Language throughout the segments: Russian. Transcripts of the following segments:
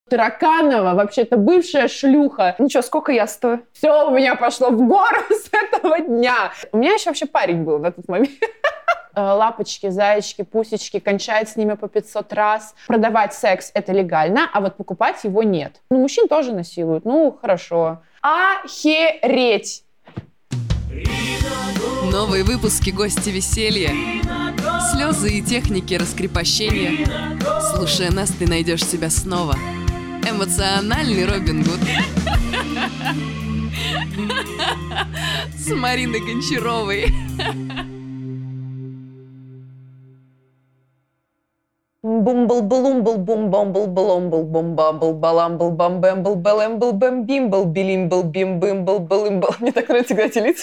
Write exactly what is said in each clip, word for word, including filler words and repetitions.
Тараканова, вообще-то бывшая шлюха. Ну что, сколько я стою? Все у меня пошло в гору с этого дня. У меня еще вообще парень был в этот момент. Лапочки, зайчики, пусечки, кончать с ними по пятьсот раз. Продавать секс — это легально, а вот покупать его нет. Ну, мужчин тоже насилуют. Ну, хорошо. Охереть! Новые выпуски «Гости веселья». Слезы и техники раскрепощения. Слушая нас, ты найдешь себя снова. Эмоциональный Робин Гуд. С Мариной Гончаровой. Бумбл-блумбл, бум-бамбл, бломбл, бум-бамбл, баламбл, бамбэмбл, балэмбл, бэмбимбл, билимбл, бим-бымбл, балымбл. Мне так нравится играть лица.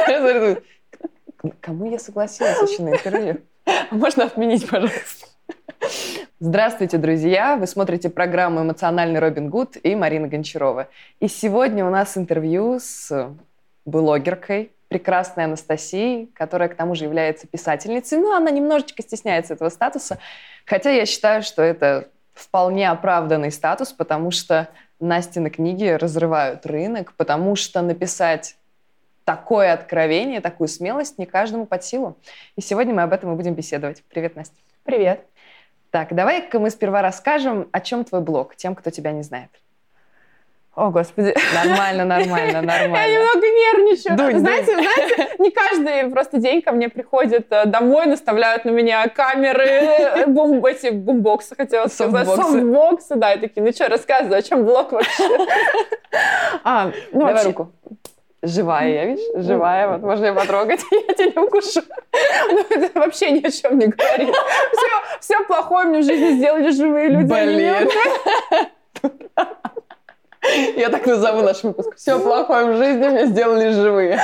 Кому я согласилась еще на интервью? Можно отменить, пожалуйста. Здравствуйте, друзья! Вы смотрите программу «Эмоциональный Робин Гуд» и Марина Гончарова. И сегодня у нас интервью с блогеркой, прекрасной Анастасией, которая, к тому же, является писательницей. Но она немножечко стесняется этого статуса. Хотя я считаю, что это вполне оправданный статус, потому что Настины книги разрывают рынок, потому что написать такое откровение, такую смелость не каждому под силу. И сегодня мы об этом и будем беседовать. Привет, Настя. Привет. Так, давай-ка мы сперва расскажем, о чем твой блог, тем, кто тебя не знает. О, Господи. Нормально, нормально, нормально. Я немного нервничаю. Дунь, знаете, дунь. знаете, не каждый просто день ко мне приходит домой, наставляют на меня камеры, бум, эти бумбоксы, хотела сказать. Софтбоксы, да, и такие, ну что, рассказывай, о чем блог вообще? А, ну, Давай вообще... руку. Живая, я, видишь? Живая, вот, можно ее потрогать, я тебя не укушу. Ну, это вообще ни о чем не говорит. Все, все плохое мне в жизни сделали живые люди. Блин. Я так назову наш выпуск. Все плохое в жизни мне сделали живые.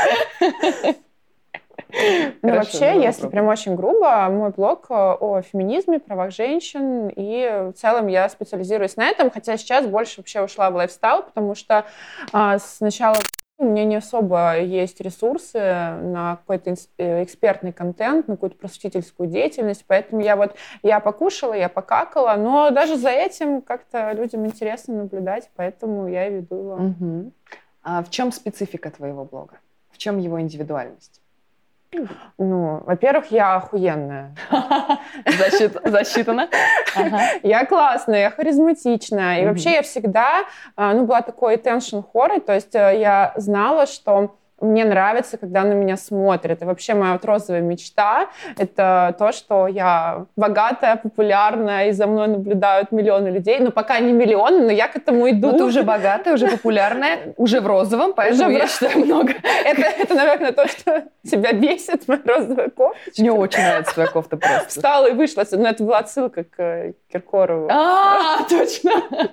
Ну, Хорошо, вообще, если попробуем. Прям очень грубо, мой блог о феминизме, правах женщин, и в целом я специализируюсь на этом, хотя сейчас больше вообще ушла в лайфстайл, потому что а, сначала у меня не особо есть ресурсы на какой-то экспертный контент, на какую-то просветительскую деятельность, поэтому я вот, я покушала, я покакала, но даже за этим как-то людям интересно наблюдать, поэтому я и веду его. Угу. А в чем специфика твоего блога? В чем его индивидуальность? Ну, во-первых, я охуенная. Засчитано? Я классная, я харизматичная. И вообще я всегда, ну, была такой attention whore, то есть я знала, что мне нравится, когда на меня смотрят. И вообще моя вот розовая мечта — это то, что я богатая, популярная, и за мной наблюдают миллионы людей. Ну, пока не миллионы, но я к этому иду. Но ты уже богатая, уже популярная, уже в розовом, поэтому уже я в... считаю много. Это, это, наверное, то, что тебя бесит, моя розовая кофточка. Мне очень нравится твоя кофта просто. Встала и вышла. Но это была отсылка к Киркорову. А, точно!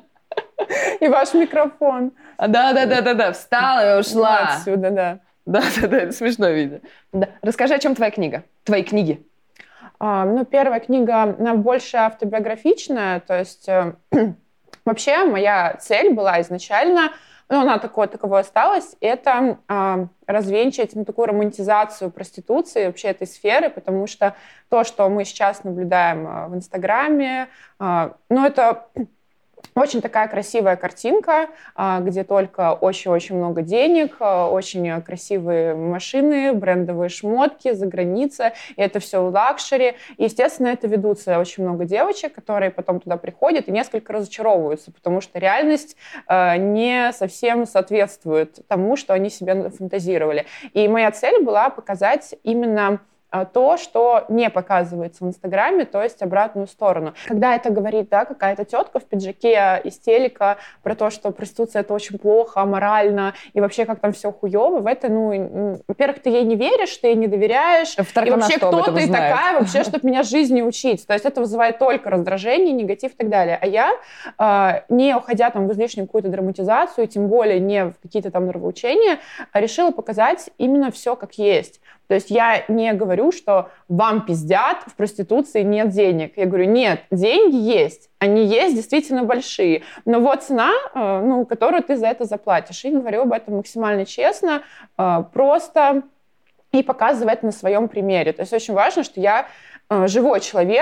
И ваш микрофон. Да-да-да-да-да, встала и ушла. Отсюда, да. Да-да-да, это смешно видно. Да. Расскажи, о чем твоя книга? Твои книги. А, ну, первая книга, она больше автобиографичная, то есть э, вообще моя цель была изначально, ну, она такое, таковой осталась, это э, развенчать ну, такую романтизацию проституции, вообще этой сферы, потому что то, что мы сейчас наблюдаем э, в Инстаграме, э, ну, это... Очень такая красивая картинка, где только очень-очень много денег, очень красивые машины, брендовые шмотки за границей, и это все лакшери. И, естественно, это ведутся очень много девочек, которые потом туда приходят и несколько разочаровываются, потому что реальность не совсем соответствует тому, что они себе фантазировали. И моя цель была показать именно то, что не показывается в Инстаграме, то есть обратную сторону. Когда это говорит, да, какая-то тетка в пиджаке из телека про то, что проституция — это очень плохо, аморально, и вообще как там все хуёво, в это, ну, во-первых, ты ей не веришь, ты ей не доверяешь, и вообще кто ты такая вообще, чтобы меня жизни учить. То есть это вызывает только раздражение, негатив и так далее. А я, э, не уходя там в излишнюю какую-то драматизацию, тем более не в какие-то там нравоучения, решила показать именно все как есть. То есть я не говорю, что вам пиздят, в проституции нет денег. Я говорю, нет, деньги есть, они есть действительно большие, но вот цена, ну, которую ты за это заплатишь. И говорю об этом максимально честно, просто и показываю это на своем примере. То есть очень важно, что я живой человек,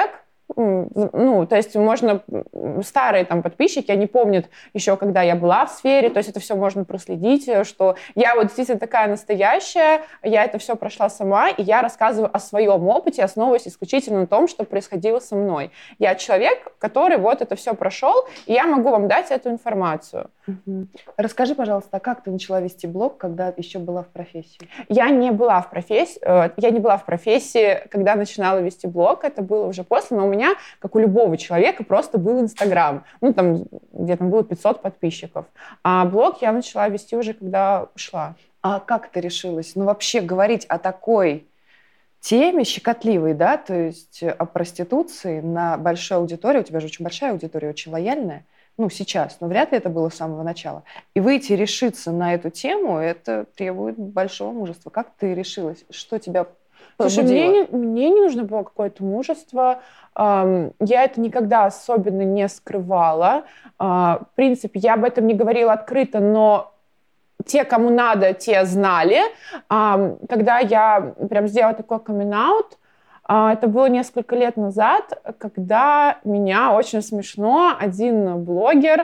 Ну, то есть можно... Старые там подписчики, они помнят еще, когда я была в сфере, то есть это все можно проследить, что я вот действительно такая настоящая, я это все прошла сама, и я рассказываю о своем опыте, основываясь исключительно на том, что происходило со мной. Я человек, который вот это все прошел, и я могу вам дать эту информацию. Угу. Расскажи, пожалуйста, а как ты начала вести блог, когда еще была в профессии? Я не была в профессии, я не была в профессии, когда начинала вести блог, это было уже после, но у меня, как у любого человека, просто был Инстаграм. Ну, там, где там было пятьсот подписчиков. А блог я начала вести уже, когда ушла. А как ты решилась? Ну, вообще говорить о такой теме щекотливой, да, то есть о проституции на большой аудитории, у тебя же очень большая аудитория, очень лояльная, ну, сейчас, но вряд ли это было с самого начала. И выйти и решиться на эту тему, это требует большого мужества. Как ты решилась? Что тебя Слушай, мне не, мне не нужно было какое-то мужество. Я это никогда особенно не скрывала. В принципе, я об этом не говорила открыто, но те, кому надо, те знали. Когда я прям сделала такой камин-аут, это было несколько лет назад, когда меня очень смешно один блогер,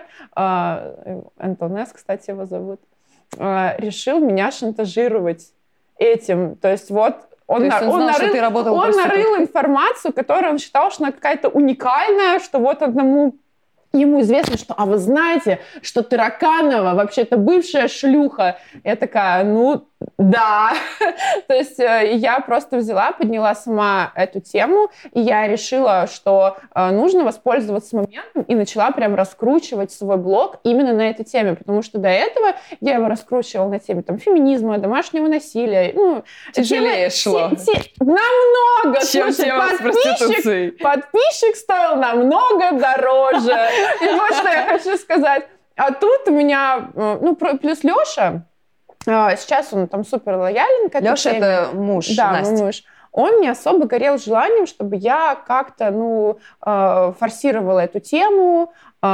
Антон С, кстати, его зовут, решил меня шантажировать этим. То есть вот Он, на, он, он, знал, нарыл, он нарыл информацию, которую он считал, что она какая-то уникальная, что вот одному ему известно, что, а вы знаете, что Тараканова вообще-то бывшая шлюха. Я такая, ну, да. То есть я просто взяла, подняла сама эту тему, и я решила, что нужно воспользоваться моментом, и начала прям раскручивать свой блог именно на этой теме, потому что до этого я его раскручивала на теме там, феминизма, домашнего насилия. Ну, тяжелее шло. Те, те, намного. Чем Слушай, тема с проституцией. Подписчик стоил намного дороже. И вот что я хочу сказать. А тут у меня, ну, плюс Леша, сейчас он там супер лоялен к этой Леша теме. это муж, да, Настя. мой муж. Он не особо горел желанием, чтобы я как-то, ну, форсировала эту тему,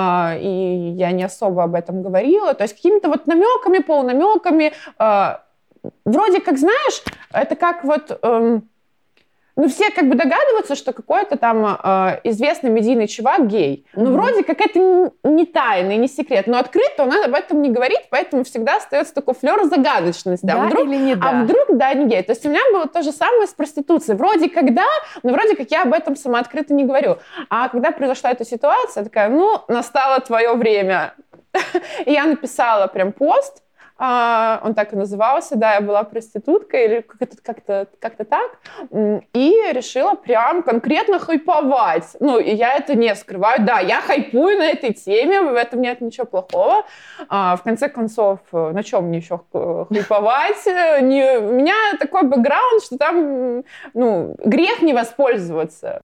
и я не особо об этом говорила. То есть какими-то вот намеками, полунамеками. Вроде как, знаешь, это как вот... Ну, все как бы догадываются, что какой-то там э, известный медийный чувак гей. Но mm-hmm. вроде как это не тайна и не секрет. Но открыто он об этом не говорит, поэтому всегда остается такой флёр загадочности. Да, а вдруг, или не да? А вдруг да, не гей. То есть у меня было то же самое с проституцией. Вроде как да, но вроде как я об этом сама открыто не говорю. А когда произошла эта ситуация, я такая, ну, настало твое время. И я написала прям пост. Uh, он так и назывался, да, я была проституткой, или как-то, как-то, как-то так, и решила прям конкретно хайповать. Ну, и я это не скрываю. Да, я хайпую на этой теме, в этом нет ничего плохого. Uh, в конце концов, на чем мне еще хайповать? Не, у меня такой бэкграунд, что там, ну, грех не воспользоваться.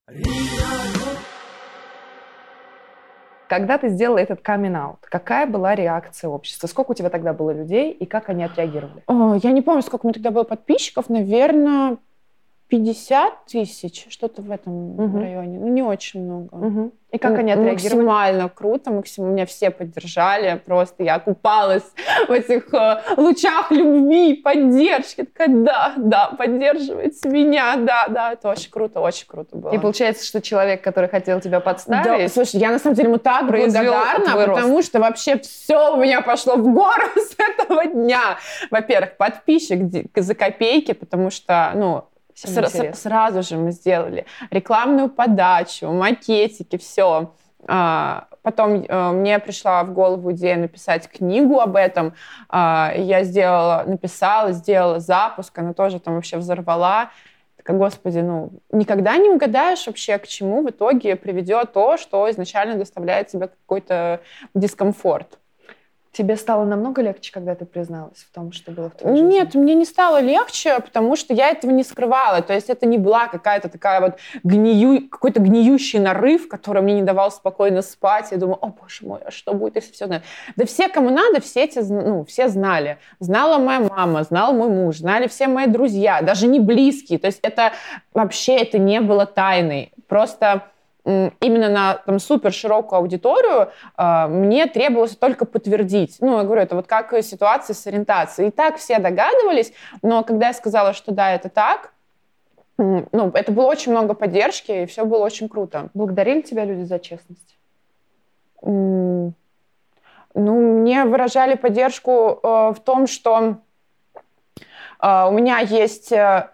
Когда ты сделала этот камин-аут, какая была реакция общества? Сколько у тебя тогда было людей и как они отреагировали? О, я не помню, сколько у меня тогда было подписчиков. Наверное, пятьдесят тысяч, что-то в этом угу. районе. Ну, не очень много. Угу. И как они отреагировали? Максимально круто, максимально. Меня все поддержали. Просто я купалась в этих э, лучах любви, поддержки. Такая, да, да, поддерживайте меня. Да, да, это очень круто, очень круто было. И получается, что человек, который хотел тебя подставить... Да, слушай, я на самом деле ему так благодарна, потому что вообще все у меня пошло в гору с этого дня. Во-первых, подписчик за копейки, потому что, ну, С- сразу же мы сделали рекламную подачу, макетики, все. А, потом а, мне пришла в голову идея написать книгу об этом. А, я сделала, написала, сделала запуск, она тоже там вообще взорвала. Такая, господи, ну, никогда не угадаешь вообще, к чему в итоге приведет то, что изначально доставляет тебе какой-то дискомфорт. Тебе стало намного легче, когда ты призналась в том, что было в твоей жизни? Нет, мне не стало легче, потому что я этого не скрывала. То есть это не была какая-то такая вот гнию... какой-то гниющий нарыв, который мне не давал спокойно спать. Я думаю, о, боже мой, а что будет, если все знают? Да все, кому надо, все эти, ну, все знали. Знала моя мама, знал мой муж, знали все мои друзья, даже не близкие. То есть это вообще это не было тайной. Просто... именно на там, супер широкую аудиторию э, мне требовалось только подтвердить. Ну, я говорю, это вот как ситуация с ориентацией. И так все догадывались, но когда я сказала, что да, это так, ну, это было очень много поддержки, и все было очень круто. Благодарили тебя люди за честность? Ну, мне выражали поддержку э, в том, что э, у меня есть э,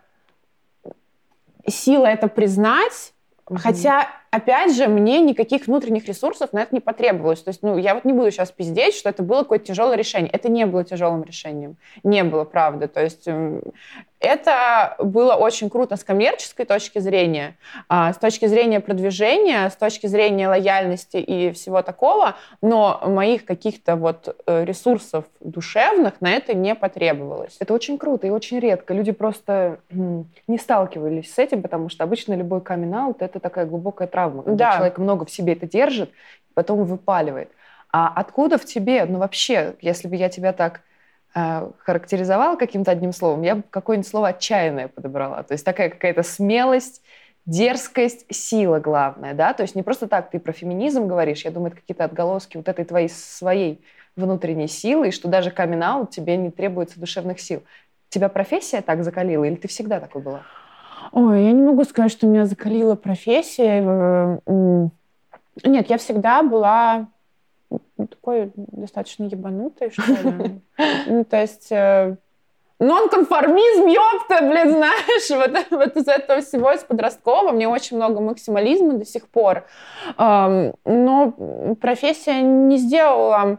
сила это признать, mm-hmm. хотя, опять же, мне никаких внутренних ресурсов на это не потребовалось. То есть, ну, я вот не буду сейчас пиздеть, что это было какое-то тяжелое решение. Это не было тяжелым решением. Не было, правда. То есть это было очень круто с коммерческой точки зрения, с точки зрения продвижения, с точки зрения лояльности и всего такого, но моих каких-то вот ресурсов душевных на это не потребовалось. Это очень круто и очень редко. Люди просто не сталкивались с этим, потому что обычно любой камин-аут — это такая глубокая травма, когда да. человек много в себе это держит, потом выпаливает. А откуда в тебе, ну вообще, если бы я тебя так характеризовала каким-то одним словом, я бы какое-нибудь слово «отчаянное» подобрала. То есть такая какая-то смелость, дерзкость, сила главная, да? То есть не просто так ты про феминизм говоришь, я думаю, это какие-то отголоски вот этой твоей своей внутренней силы, и что даже камин-аут тебе не требуется душевных сил. Тебя профессия так закалила, или ты всегда такой была? Ой, я не могу сказать, что меня закалила профессия. Нет, я всегда была такой достаточно ебанутой, что ли. Ну, то есть нонконформизм, ёпта, блин, знаешь, вот, вот из этого всего, из подросткового. Мне очень много максимализма до сих пор. Но профессия не сделала,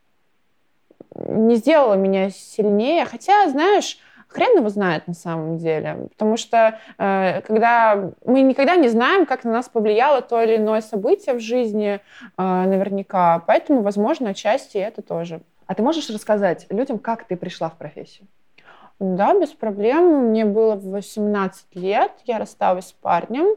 не сделала меня сильнее. Хотя, знаешь, хрен его знает на самом деле, потому что э, когда мы никогда не знаем, как на нас повлияло то или иное событие в жизни, э, наверняка, поэтому, возможно, отчасти это тоже. А ты можешь рассказать людям, как ты пришла в профессию? Да, без проблем. Мне было восемнадцать лет, я рассталась с парнем,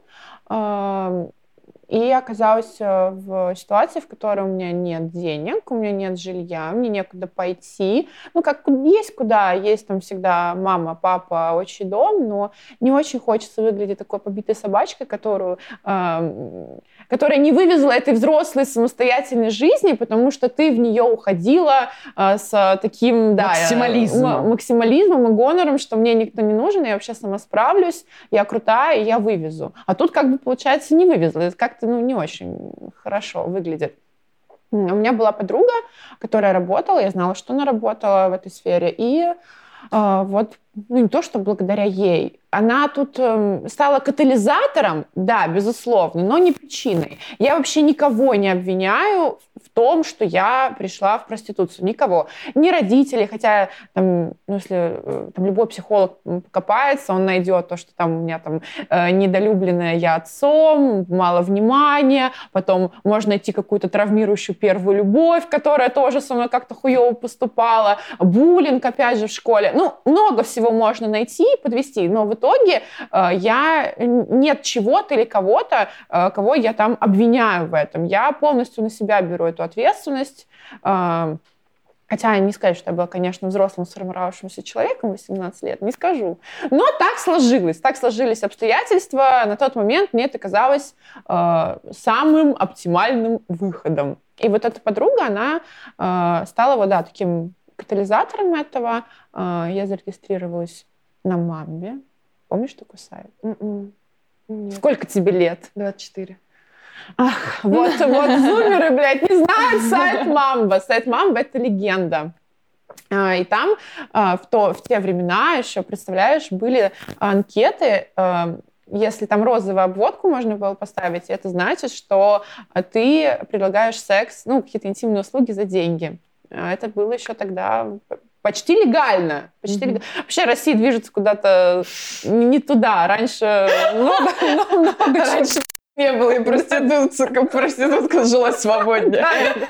э, и оказалась в ситуации, в которой у меня нет денег, у меня нет жилья, мне некуда пойти. Ну, как есть куда, есть там всегда мама, папа, отчий дом, но не очень хочется выглядеть такой побитой собачкой, которую, э, которая не вывезла этой взрослой самостоятельной жизни, потому что ты в нее уходила э, с таким да, максимализмом. максимализмом и гонором, что мне никто не нужен, я вообще сама справлюсь, я крутая, и я вывезу. А тут как бы, получается, не вывезла. Это как-то ну, не очень хорошо выглядит. У меня была подруга, которая работала, я знала, что она работала в этой сфере, и э, вот, ну не то, что благодаря ей, она тут э, стала катализатором, да, безусловно, но не причиной. Я вообще никого не обвиняю в том, что я пришла в проституцию. Никого. Ни родителей, хотя там, ну, если там, любой психолог покопается, он найдет то, что там у меня там э, недолюбленная я отцом, мало внимания, потом можно найти какую-то травмирующую первую любовь, которая тоже со мной как-то хуёво поступала, буллинг, опять же, в школе. Ну, много всего можно найти и подвести, но в итоге э, я нет чего-то или кого-то, э, кого я там обвиняю в этом. Я полностью на себя беру эту ответственность. Э, хотя не сказать, что я была, конечно, взрослым сформировавшимся человеком в восемнадцать лет, не скажу. Но так сложилось. Так сложились обстоятельства. На тот момент мне это казалось э, самым оптимальным выходом. И вот эта подруга, она э, стала вот, да, таким катализатором этого. Э, я зарегистрировалась на Мамбе. Помнишь такой сайт? Mm-mm. Нет. Сколько тебе лет? двадцать четыре. Ах, вот, вот зумеры, блядь, не знают сайт Мамба. Сайт Мамба — это легенда. И там в, то, в те времена еще, представляешь, были анкеты. Если там розовую обводку можно было поставить, это значит, что ты предлагаешь секс, ну, какие-то интимные услуги за деньги. Это было еще тогда почти легально. Почти mm-hmm. легально. Вообще Россия движется куда-то не туда. Раньше много, много, много раньше не было, и проститутка, проститутка жила свободнее.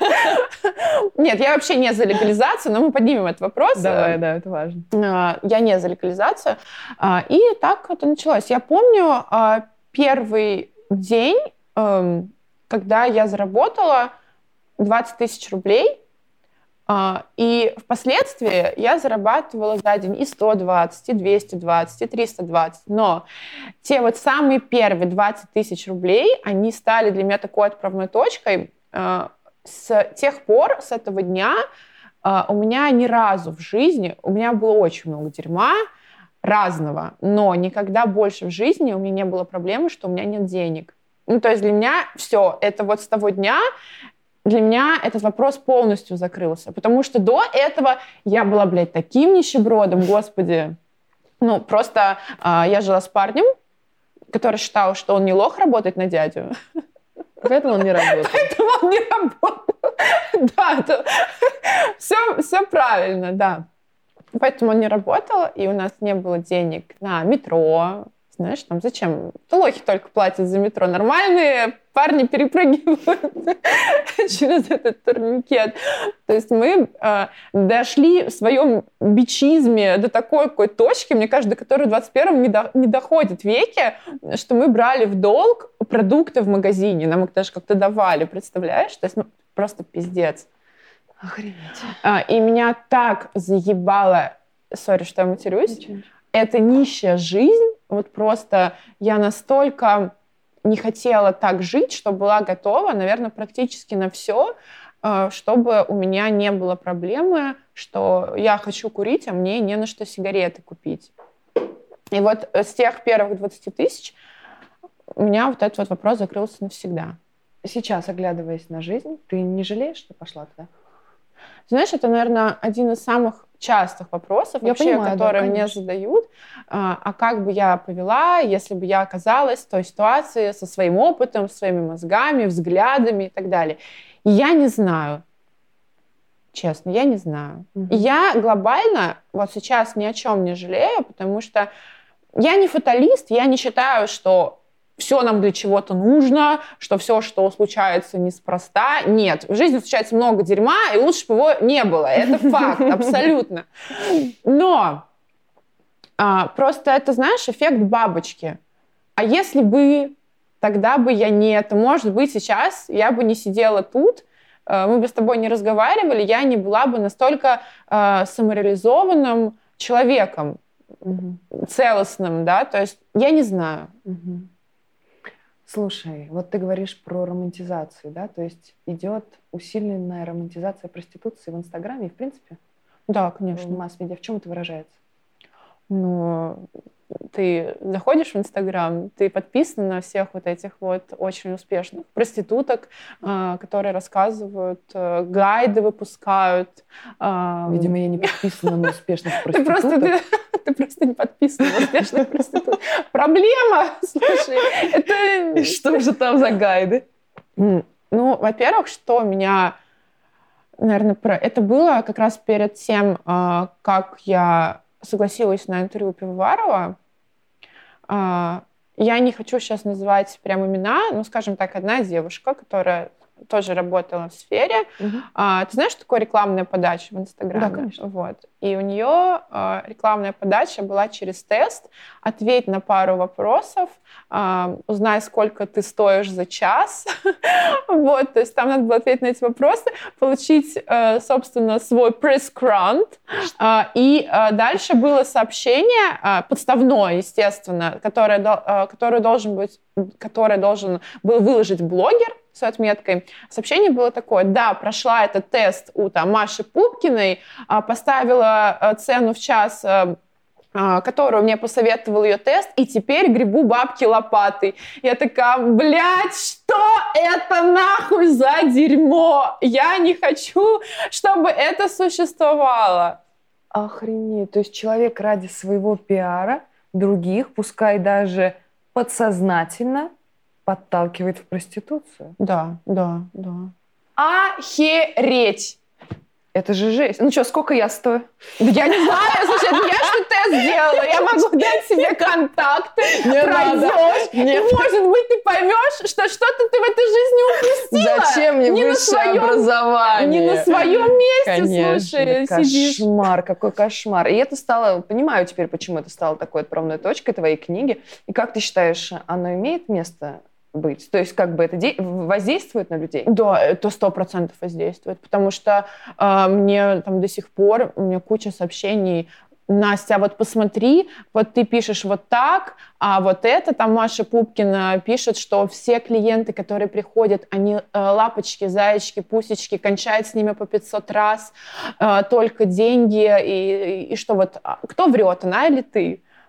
Нет, я вообще не за легализацию, но мы поднимем этот вопрос. Давай, да, это важно. Я не за легализацию. И так это началось. Я помню первый день, когда я заработала двадцать тысяч рублей, и впоследствии я зарабатывала за день и сто двадцать, и двести двадцать, и триста двадцать. Но те вот самые первые двадцать тысяч рублей, они стали для меня такой отправной точкой. С тех пор, с этого дня, у меня ни разу в жизни, у меня было очень много дерьма, разного, но никогда больше в жизни у меня не было проблемы, что у меня нет денег. Ну, то есть для меня все, это вот с того дня для меня этот вопрос полностью закрылся, потому что до этого я была, блядь, таким нищебродом, господи. Ну, просто э, я жила с парнем, который считал, что он не лох работать на дядю. Поэтому он не работал. Поэтому он не работал. Да, это все, все правильно, да. Поэтому он не работал, и у нас не было денег на метро. Знаешь, там зачем? То лохи только платят за метро. Нормальные парни перепрыгивают через этот турникет. То есть мы э, дошли в своем бичизме до такой какой-то точки, мне кажется, до которой в двадцать первом не, до, не доходит веки, что мы брали в долг продукты в магазине. Нам их даже как-то давали, представляешь? То есть ну, просто пиздец. Охренеть. А, и меня так заебало, сори, что я матерюсь, Ничего. эта нищая жизнь, вот просто я настолько не хотела так жить, что была готова, наверное, практически на все, чтобы у меня не было проблемы, что я хочу курить, а мне не на что сигареты купить. И вот с тех первых двадцати тысяч у меня вот этот вот вопрос закрылся навсегда. Сейчас, оглядываясь на жизнь, ты не жалеешь, что пошла туда? Знаешь, это, наверное, один из самых частых вопросов, я вообще, понимаю, которые да, мне задают. А, а как бы я повела, если бы я оказалась в той ситуации со своим опытом, своими мозгами, взглядами и так далее. И я не знаю. Честно, я не знаю. Угу. И я глобально вот сейчас ни о чем не жалею, потому что я не фаталист, я не считаю, что все нам для чего-то нужно, что все, что случается, неспроста. Нет, в жизни случается много дерьма, и лучше бы его не было. Это факт, абсолютно. Но а, просто это, знаешь, эффект бабочки. А если бы, тогда бы я нет. Может быть, сейчас я бы не сидела тут, мы бы с тобой не разговаривали, я не была бы настолько а, самореализованным человеком, угу. целостным, да, то есть я не знаю. Угу. Слушай, вот ты говоришь про романтизацию, да, то есть идет усиленная романтизация проституции в Инстаграме и в принципе? Да, конечно. В масс-медиа. В чем это выражается? Ну, ты заходишь в Инстаграм, ты подписан на всех вот этих вот очень успешных проституток, которые рассказывают, гайды выпускают. Видимо, я не подписана на успешных проституток. Ты просто, ты, ты просто не подписана на успешных проституток. Проблема, слушай, это... И что же там за гайды? Ну, во-первых, что меня, наверное, про... это было как раз перед тем, как я согласилась на интервью Пивоварова. Я не хочу сейчас называть прям имена, но, скажем так, одна девушка, которая тоже работала в сфере. Угу. Ты знаешь, что такое рекламная подача в Инстаграме? Да, конечно. Вот. И у нее рекламная подача была через тест. Ответь на пару вопросов, узнай, сколько ты стоишь за час. Вот, то есть там надо было ответить на эти вопросы, получить, собственно, свой пресс-грант. И дальше было сообщение, подставное, естественно, которое, которое, должен быть, которое должен был выложить блогер с отметкой. Сообщение было такое: да, прошла этот тест у там, Маши Пупкиной, поставила цену в час, которую мне посоветовал ее тест, и теперь гребу бабки лопатой. Я такая, блядь, что это нахуй за дерьмо? Я не хочу, чтобы это существовало. Охренеть. То есть человек ради своего пиара других, пускай даже подсознательно, подталкивает в проституцию. Да, да, да. Охереть! Это же жесть. Ну что, сколько я стою? Да я не знаю, слушай, это я что тест сделала. Я могу дать себе контакты, пройдешь, и, может быть, ты поймешь, что что-то ты в этой жизни упустила. Зачем мне не высшее образование? Не на своем месте, Конечно, слушай, кошмар, сидишь. Кошмар, какой кошмар. И это стало, понимаю теперь, почему это стало такой отправной точкой твоей книги. И как ты считаешь, оно имеет место быть? То есть как бы это де- воздействует на людей? Да, это сто процентов воздействует, потому что э, мне там до сих пор, у меня куча сообщений: Настя, вот посмотри, вот ты пишешь вот так, а вот это там Маша Пупкина пишет, что все клиенты, которые приходят, они э, лапочки, зайчики, пусечки, кончают с ними по пятьсот раз, э, только деньги, и, и, и что вот, кто врет, она или ты?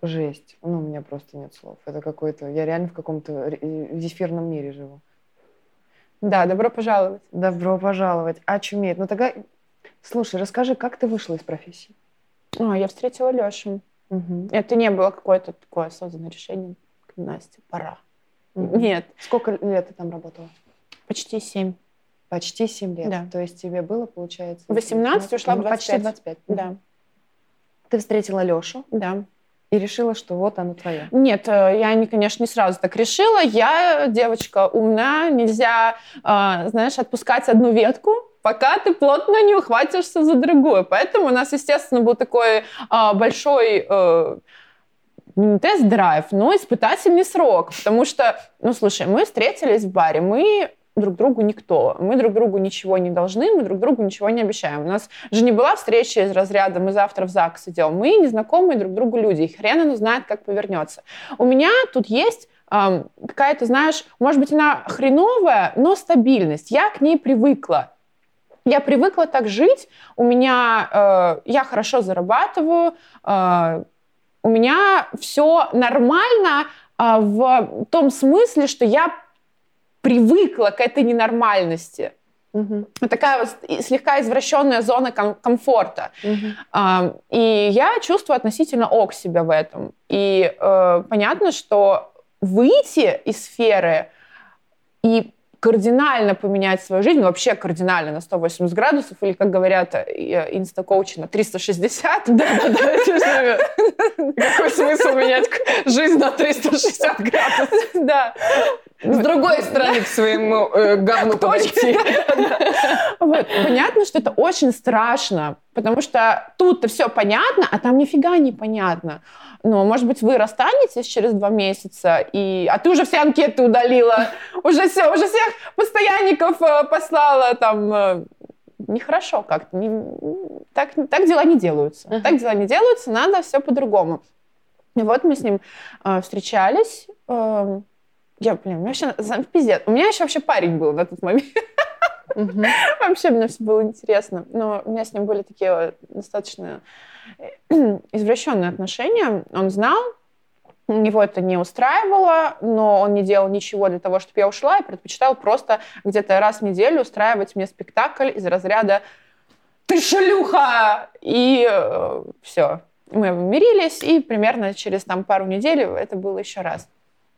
Жесть. Ну, у меня просто нет слов. Это какой-то... Я реально в каком-то зефирном мире живу. Да, добро пожаловать. Добро пожаловать. Очуметь. Ну, тогда... Слушай, расскажи, как ты вышла из профессии? А, я встретила Лешу. Угу. Это не было какое-то такое осознанное решение. Настя, пора. Угу. Нет. Сколько лет ты там работала? Почти семь. Почти семь лет? Да. То есть тебе было, получается... восемнадцать, ушла в двадцать пять. Почти двадцать пять. Да. Ты встретила Лешу? Да. И решила, что вот она твоя? Нет, я, не, конечно, не сразу так решила. Я девочка умная, нельзя, знаешь, отпускать одну ветку, пока ты плотно не ухватишься за другую. Поэтому у нас, естественно, был такой большой... не тест-драйв, но испытательный срок. Потому что, ну, слушай, мы встретились в баре, мы друг другу никто, мы друг другу ничего не должны, мы друг другу ничего не обещаем. У нас же не была встреча из разряда «мы завтра в ЗАГС идем». Мы незнакомые друг другу люди, и хрен оно знает, как повернется. У меня тут есть эм, какая-то, знаешь, может быть, она хреновая, но стабильность. Я к ней привыкла. Я привыкла так жить. У меня, э, я хорошо зарабатываю, э, у меня все нормально а, в том смысле, что я привыкла к этой ненормальности. Угу. Такая вот слегка извращенная зона ком- комфорта. Угу. А, и я чувствую относительно ок себя в этом. И э, понятно, что выйти из сферы и кардинально поменять свою жизнь, вообще кардинально на сто восемьдесят градусов, или, как говорят инстакоучи, на триста шестьдесят. Да-да-да. Какой смысл менять жизнь на триста шестьдесят градусов? Да. С другой стороны к своему говну подойти. Понятно, что это очень страшно, потому что тут-то все понятно, а там нифига не понятно. Но, может быть, вы расстанетесь через два месяца, и... а ты уже все анкеты удалила, уже все, уже всех постоянников послала, там, нехорошо как-то, не... так, так дела не делаются. Uh-huh. Так дела не делаются, надо все по-другому. И вот мы с ним э, встречались, э, я, блин, у меня вообще, пиздец, у меня еще вообще парень был на тот момент. Uh-huh. Вообще мне все было интересно, но у меня с ним были такие достаточно извращенные отношения. Он знал, его это не устраивало, но он не делал ничего для того, чтобы я ушла, и предпочитал просто где-то раз в неделю устраивать мне спектакль из разряда «Ты шлюха!» И э, все. Мы мирились, и примерно через там, пару недель это было еще раз.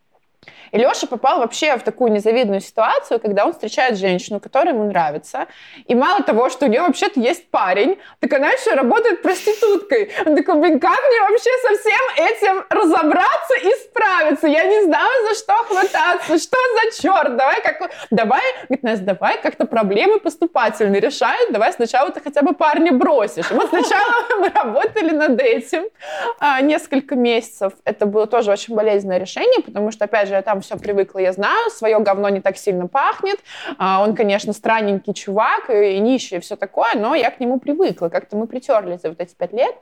И Леша попал вообще в такую незавидную ситуацию, когда он встречает женщину, которая ему нравится. И мало того, что у нее вообще-то есть парень, так она еще работает проституткой. Он такой, блин, как мне вообще со всем этим разобраться и справиться? Я не знаю, за что хвататься. Что за черт? Давай, как... давай, говорит, Настя, давай как-то проблемы поступательно решай. Давай сначала ты хотя бы парня бросишь. И вот сначала мы работали над этим а, несколько месяцев. Это было тоже очень болезненное решение, потому что, опять же, я там все привыкла, я знаю, свое говно не так сильно пахнет. Он, конечно, странненький чувак и нищий, и все такое, но я к нему привыкла. Как-то мы притерлись за вот эти пять лет.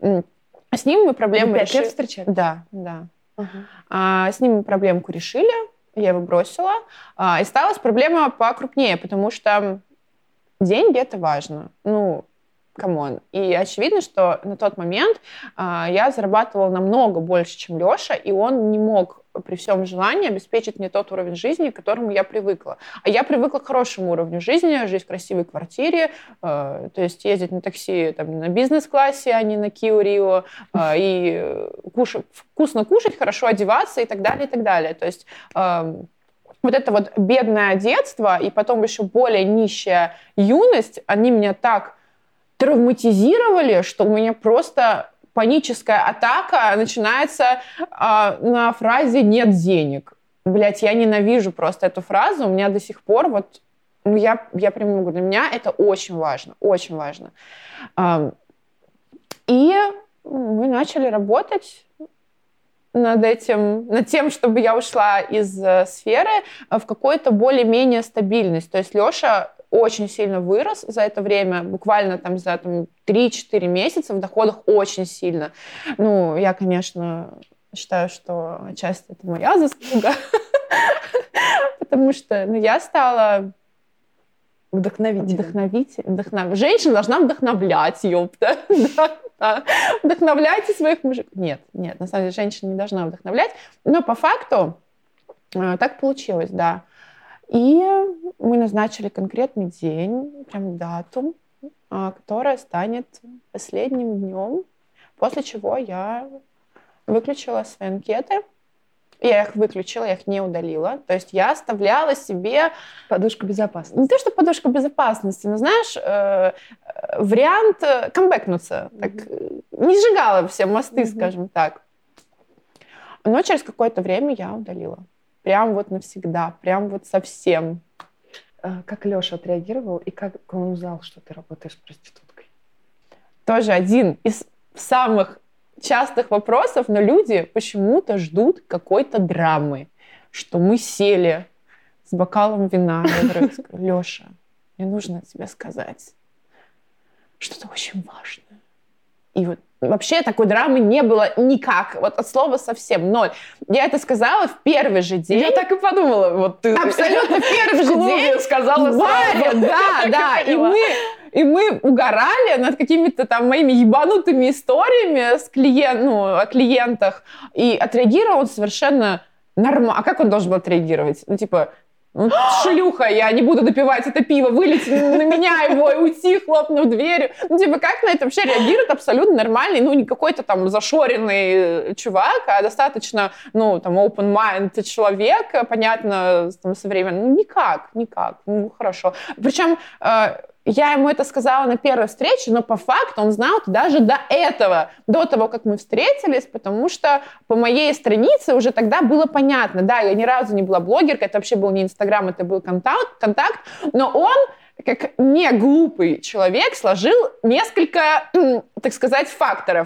С ним мы проблему пять решили. лет встречались? Да, да. Uh-huh. А, с ним мы проблемку решили, я его бросила. А, и сталась проблема покрупнее, потому что деньги — это важно. Ну, камон. И очевидно, что на тот момент а, я зарабатывала намного больше, чем Леша, и он не мог при всем желании обеспечить мне тот уровень жизни, к которому я привыкла. А я привыкла к хорошему уровню жизни, жить в красивой квартире, э, то есть ездить на такси там, на бизнес-классе, а не на Kia Rio, э, и кушать, вкусно кушать, хорошо одеваться и так далее, и так далее. То есть э, вот это вот бедное детство и потом еще более нищая юность, они меня так травматизировали, что у меня просто... паническая атака начинается э, на фразе «нет денег». Блять, я ненавижу просто эту фразу. У меня до сих пор вот... Ну, я, я прям могу... Для меня это очень важно. Очень важно. Э, и мы начали работать над этим, над тем, чтобы я ушла из э, сферы в какую-то более-менее стабильность. То есть Леша очень сильно вырос за это время, буквально там за там, три-четыре месяца в доходах очень сильно. Ну, я, конечно, считаю, что отчасти это моя заслуга, потому что ну, я стала вдохновителем. Вдохновитель, вдохнов... Женщина должна вдохновлять, ёпта. Да. Вдохновляйте своих мужиков. Нет, нет, на самом деле женщина не должна вдохновлять. Но по факту э, так получилось, да. И мы назначили конкретный день, прям дату, э, которая станет последним днем, после чего я выключила свои анкеты. Я их выключила, я их не удалила. То есть я оставляла себе... Подушку безопасности. Не то, что подушку безопасности, но, знаешь, э, э, вариант камбэкнуться. Mm-hmm. Так, не сжигала все мосты, mm-hmm. скажем так. Но через какое-то время я удалила. Прям вот навсегда, прям вот совсем. Как Леша отреагировал и как он узнал, что ты работаешь проституткой? Тоже один из самых частых вопросов, но люди почему-то ждут какой-то драмы, что мы сели с бокалом вина. Я говорю, Леша, мне нужно тебе сказать что-то очень важное. И вот вообще такой драмы не было никак, вот от слова совсем, ноль. Я это сказала в первый же день. Я так и подумала, вот ты абсолютно в первый же день сказала в баре, да, да, и мы И мы угорали над какими-то там моими ебанутыми историями с клиент, ну, о клиентах. И отреагировал он совершенно нормально. А как он должен был отреагировать? Ну, типа, ну, шлюха, я не буду допивать это пиво, вылить на меня его и уйти, хлопнув дверью. Ну, типа, как на это вообще реагирует абсолютно нормальный, ну, не какой-то там зашоренный чувак, а достаточно, ну, там, open mind человек, понятно, там, современно. Ну, никак, никак. Ну, хорошо. Причем я ему это сказала на первой встрече, но по факту он знал это даже до этого, до того, как мы встретились, потому что по моей странице уже тогда было понятно. Да, я ни разу не была блогеркой, это вообще был не Инстаграм, это был контакт, контакт, но он, как не глупый человек, сложил несколько, так сказать, факторов.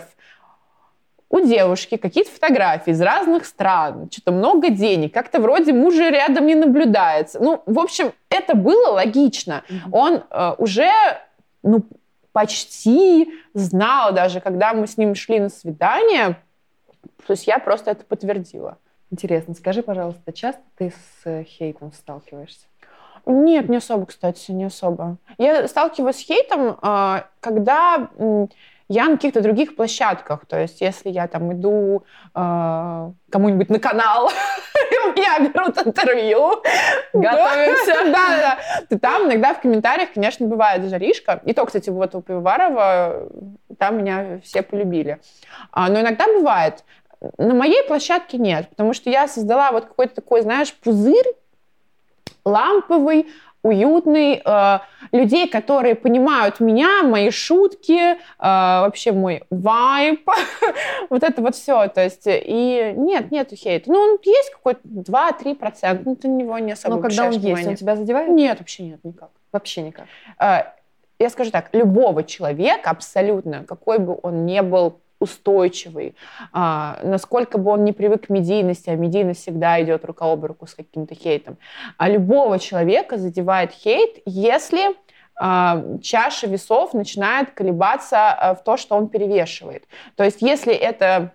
У девушки какие-то фотографии из разных стран, что-то много денег, как-то вроде мужа рядом не наблюдается. Ну, в общем, это было логично. Mm-hmm. Он э, уже, ну, почти знал даже, когда мы с ним шли на свидание, то есть я просто это подтвердила. Интересно, скажи, пожалуйста, часто ты с хейтом сталкиваешься? Нет, не особо, кстати, не особо. Я сталкиваюсь с хейтом, э, когда... Э, я на каких-то других площадках, то есть если я там иду э, кому-нибудь на канал, и у меня берут интервью, готовимся, да, то там иногда в комментариях, конечно, бывает жаришка. И то, кстати, вот у Пивоварова там меня все полюбили. Но иногда бывает. На моей площадке нет, потому что я создала вот какой-то такой, знаешь, пузырь ламповый, уютный, э, людей, которые понимают меня, мои шутки, э, вообще мой вайб, вот это вот все, то есть, и нет, нету хейта. Ну, он есть какой-то два-три процента, ну, ты на него не особо обращаешь внимание. Но когда он есть, он тебя задевает? Нет, вообще нет, никак. Вообще никак? Э, я скажу так, любого человека, абсолютно, какой бы он ни был устойчивый, а, насколько бы он не привык к медийности, а медийность всегда идет рука об руку с каким-то хейтом. А любого человека задевает хейт, если а, чаша весов начинает колебаться а, в то, что он перевешивает. То есть если это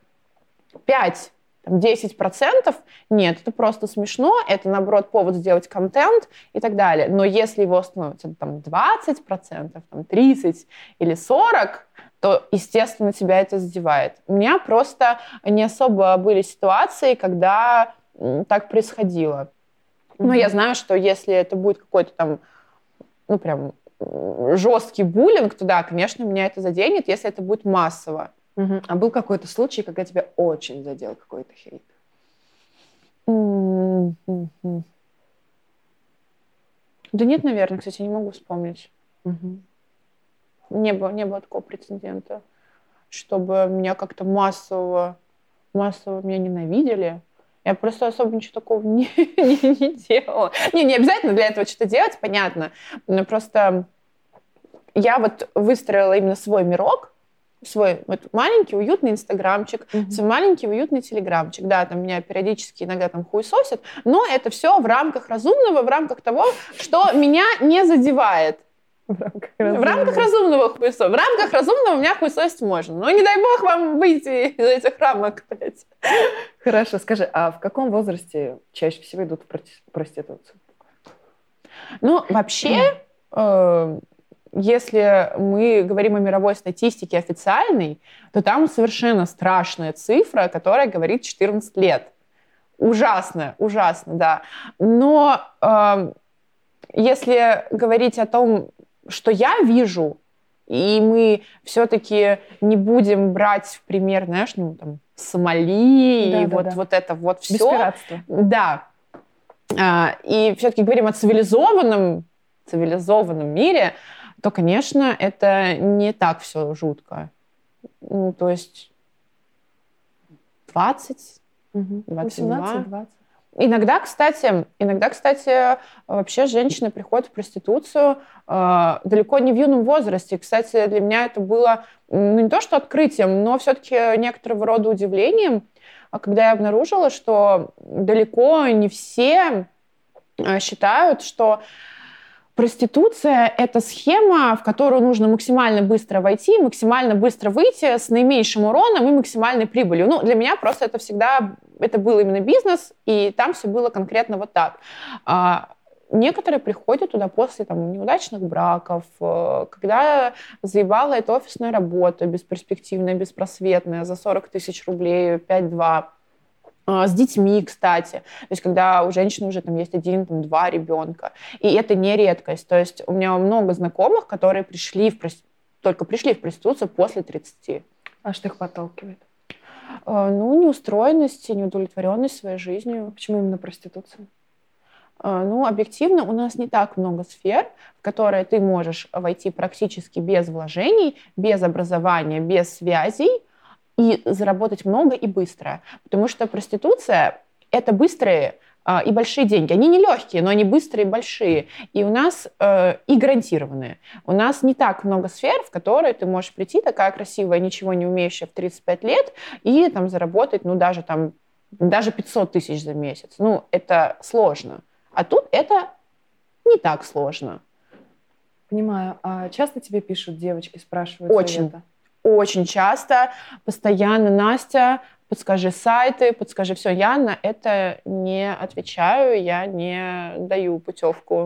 пять-десять процентов, нет, это просто смешно, это, наоборот, повод сделать контент и так далее. Но если его становится там, двадцать процентов, там, тридцать или сорок процентов, то, естественно, тебя это задевает. У меня просто не особо были ситуации, когда так происходило. Mm-hmm. Но я знаю, что если это будет какой-то там, ну, прям жесткий буллинг, то да, конечно, меня это заденет, если это будет массово. Mm-hmm. А был какой-то случай, когда тебя очень задел какой-то хейт? Mm-hmm. Да нет, наверное, кстати, не могу вспомнить. Mm-hmm. Не было, не было такого прецедента, чтобы меня как-то массово, массово меня ненавидели. Я просто особо ничего такого не, не, не делала. Не, не обязательно для этого что-то делать, понятно. Но просто я вот выстроила именно свой мирок, свой вот маленький уютный инстаграмчик, mm-hmm. свой маленький уютный телеграмчик. Да, там меня периодически иногда там хуесосят, но это все в рамках разумного, в рамках того, что меня не задевает. В рамках, в рамках разумного хуесоса. В рамках разумного меня хуесосить можно. Но не дай бог вам выйти из этих рамок, блядь. Хорошо, скажи, а в каком возрасте чаще всего идут в проституцию? Ну, вообще, э, если мы говорим о мировой статистике официальной, то там совершенно страшная цифра, которая говорит четырнадцать лет. Ужасно, ужасно, да. Но э, если говорить о том, что я вижу, и мы все-таки не будем брать в пример, знаешь, ну, там, Сомали, да, и да, вот, да. вот это вот все. Без пиратства. Да. А, и все-таки говорим о цивилизованном, цивилизованном мире, то, конечно, это не так все жутко. Ну, то есть двадцать, двадцать два. восемнадцать двадцать. Иногда, кстати, иногда, кстати, вообще женщины приходят в проституцию э, далеко не в юном возрасте. Кстати, для меня это было ну, не то что открытием, но все-таки некоторого рода удивлением, когда я обнаружила, что далеко не все э, считают, что проституция – это схема, в которую нужно максимально быстро войти, максимально быстро выйти с наименьшим уроном и максимальной прибылью. Ну, для меня просто это всегда, это был именно бизнес, и там все было конкретно вот так. А некоторые приходят туда после там, неудачных браков, когда заебала эта офисная работа, бесперспективная, беспросветная, за сорок тысяч рублей, пять-два. С детьми, кстати. То есть, когда у женщины уже там есть один, там, два ребенка. И это не редкость. То есть, у меня много знакомых, которые пришли в прости... только пришли в проституцию после тридцати. А что их подталкивает? Ну, неустроенность, неудовлетворенность своей жизнью. Почему именно проституция? Ну, объективно, у нас не так много сфер, в которые ты можешь войти практически без вложений, без образования, без связей, и заработать много и быстро. Потому что проституция – это быстрые э, и большие деньги. Они не легкие, но они быстрые и большие. И у нас э, и гарантированные. У нас не так много сфер, в которые ты можешь прийти, такая красивая, ничего не умеющая в тридцать пять лет, и там заработать, ну, даже, там, даже пятьсот тысяч за месяц. Ну, это сложно. А тут это не так сложно. Понимаю. А часто тебе пишут девочки, спрашивают Очень. совета? Очень часто, постоянно: Настя, подскажи сайты, подскажи все. Я на это не отвечаю, я не даю путевку.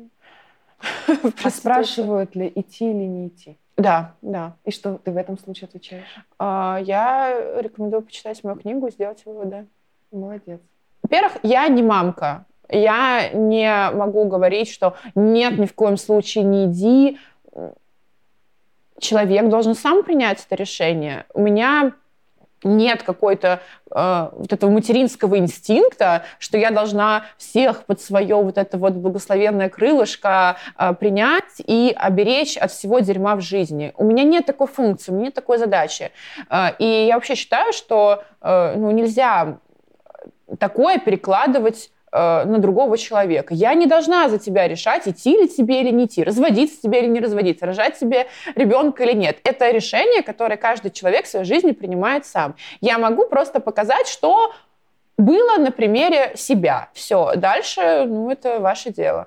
А спрашивают ли, идти или не идти? Да, да. И что ты в этом случае отвечаешь? Я рекомендую почитать мою книгу и сделать выводы. Молодец. Во-первых, я не мамка. Я не могу говорить, что нет, ни в коем случае не иди. Человек должен сам принять это решение. У меня нет какой-то э, вот этого материнского инстинкта, что я должна всех под свое вот это вот благословенное крылышко э, принять и оберечь от всего дерьма в жизни. У меня нет такой функции, у меня нет такой задачи. Э, и я вообще считаю, что э, ну, нельзя такое перекладывать на другого человека. Я не должна за тебя решать, идти ли тебе или не идти, разводиться тебе или не разводиться, рожать себе ребенка или нет. Это решение, которое каждый человек в своей жизни принимает сам. Я могу просто показать, что было на примере себя. Все. Дальше, ну, это ваше дело.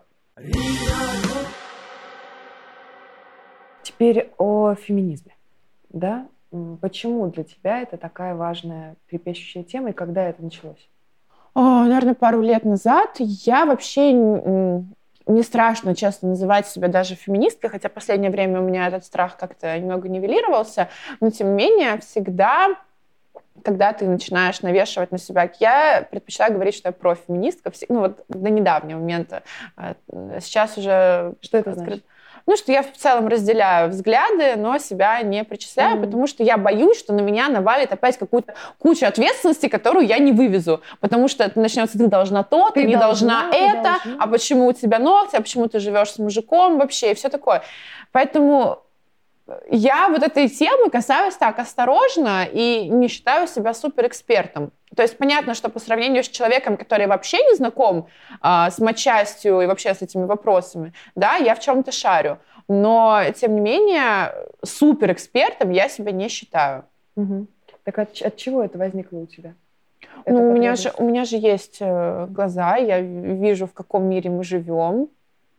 Теперь о феминизме. Да? Почему для тебя это такая важная, трепещущая тема, и когда это началось? О, наверное, пару лет назад. Я вообще... Мне страшно, честно, называть себя даже феминисткой, хотя в последнее время у меня этот страх как-то немного нивелировался, но, тем не менее, всегда, когда ты начинаешь навешивать на себя... Я предпочитаю говорить, что я профеминистка, ну вот до недавнего момента. Сейчас уже... Что это значит? Ну, что я в целом разделяю взгляды, но себя не причисляю, mm-hmm. потому что я боюсь, что на меня навалит опять какую-то кучу ответственности, которую я не вывезу. Потому что это начнется: ты должна то, ты, ты не должна, должна это, должна. А почему у тебя ногти, а почему ты живешь с мужиком вообще, и все такое. Поэтому я вот этой темы касаюсь так осторожно и не считаю себя суперэкспертом. То есть понятно, что по сравнению с человеком, который вообще не знаком а, с матчастью и вообще с этими вопросами, да, я в чем-то шарю. Но, тем не менее, суперэкспертом я себя не считаю. Угу. Так от, от чего это возникло у тебя? Ну, у меня, же, у меня же есть глаза, я вижу, в каком мире мы живем.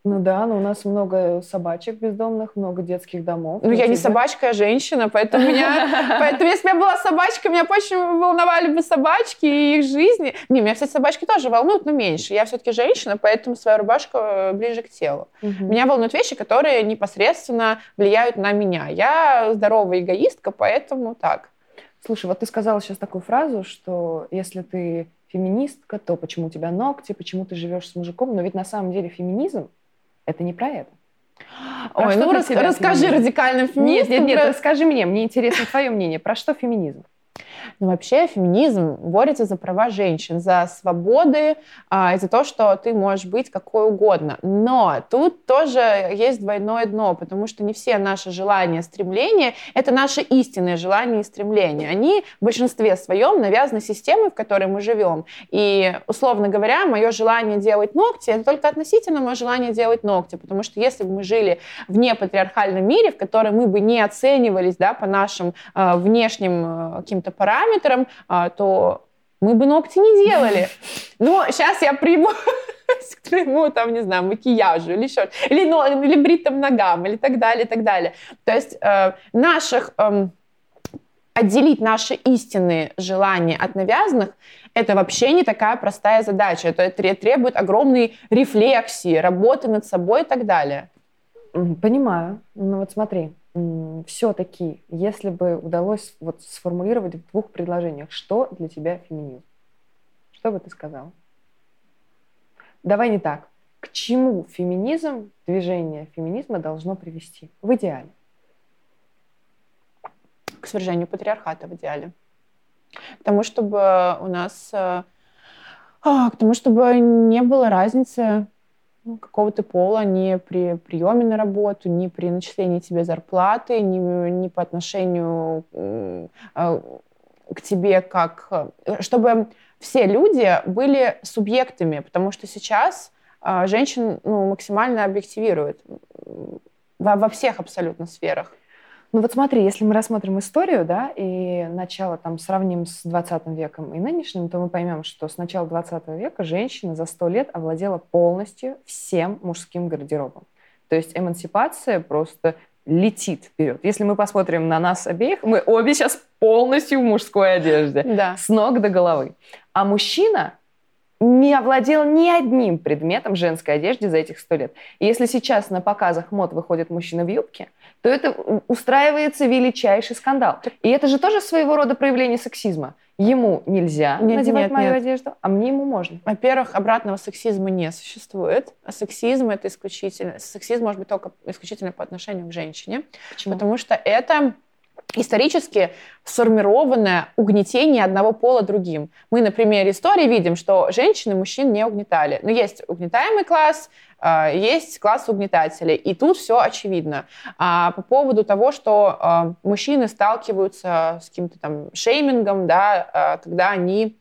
Ну да, но у нас много собачек бездомных, много детских домов. Ну, я не собачка, я женщина, поэтому меня... Поэтому если бы я была собачкой, меня больше волновали бы собачки и их жизни. Не, меня, кстати, собачки тоже волнуют, но меньше. Я все-таки женщина, поэтому свою рубашку ближе к телу. Угу. Меня волнуют вещи, которые непосредственно влияют на меня. Я здоровая эгоистка, поэтому так. Слушай, вот ты сказала сейчас такую фразу, что если ты феминистка, то почему у тебя ногти, почему ты живешь с мужиком? Но ведь на самом деле феминизм — это не про это. Про Ой, ну рас- расскажи феминизм? Радикальным феминистам. Нет, нет, нет, про... расскажи мне, мне интересно твое мнение. Про что феминизм? Ну, вообще феминизм борется за права женщин, за свободы а, и за то, что ты можешь быть какой угодно. Но тут тоже есть двойное дно, потому что не все наши желания, стремления — это наши истинные желания и стремления. Они в большинстве своем навязаны системой, в которой мы живем. И, условно говоря, мое желание делать ногти — это только относительно мое желание делать ногти, потому что если бы мы жили в непатриархальном мире, в котором мы бы не оценивались, да, по нашим э, внешним э, каким-то параметрам, то мы бы ногти не делали. Но сейчас я приму к твоему, там, не знаю, макияжу или еще, или, ну, или бритым ногам, или так далее, и так далее. То есть э, наших, э, отделить наши истинные желания от навязанных — это вообще не такая простая задача. Это требует огромной рефлексии, работы над собой и так далее. Понимаю. Ну вот смотри. Все-таки, если бы удалось вот сформулировать в двух предложениях, что для тебя феминизм, что бы ты сказала? Давай не так. К чему феминизм, движение феминизма должно привести в идеале? К свержению патриархата в идеале. К тому, чтобы у нас... К тому, чтобы не было разницы какого-то пола ни при приеме на работу, ни при начислении тебе зарплаты, ни, ни по отношению э, к тебе как... Чтобы все люди были субъектами, потому что сейчас э, женщин ну, максимально объективируют во, во всех абсолютно сферах. Ну вот смотри, если мы рассмотрим историю, да, и начало там сравним с двадцатым веком и нынешним, то мы поймем, что с начала двадцатого века женщина за сто лет овладела полностью всем мужским гардеробом. То есть эмансипация просто летит вперед. Если мы посмотрим на нас обеих, мы обе сейчас полностью в мужской одежде, да. С ног до головы. А мужчина не овладел ни одним предметом женской одежды за этих сто лет. И если сейчас на показах мод выходит мужчина в юбке, то это устраивается величайший скандал. И это же тоже своего рода проявление сексизма. Ему нельзя нет, надевать нет, мою нет. одежду, а мне ему можно. Во-первых, обратного сексизма не существует. А сексизм — это исключительно... Сексизм может быть только исключительно по отношению к женщине. Почему? Потому что это... исторически сформированное угнетение одного пола другим. Мы на примере истории видим, что женщины мужчин не угнетали. Но есть угнетаемый класс, есть класс угнетателей. И тут все очевидно. А по поводу того, что мужчины сталкиваются с каким-то там шеймингом, да, когда они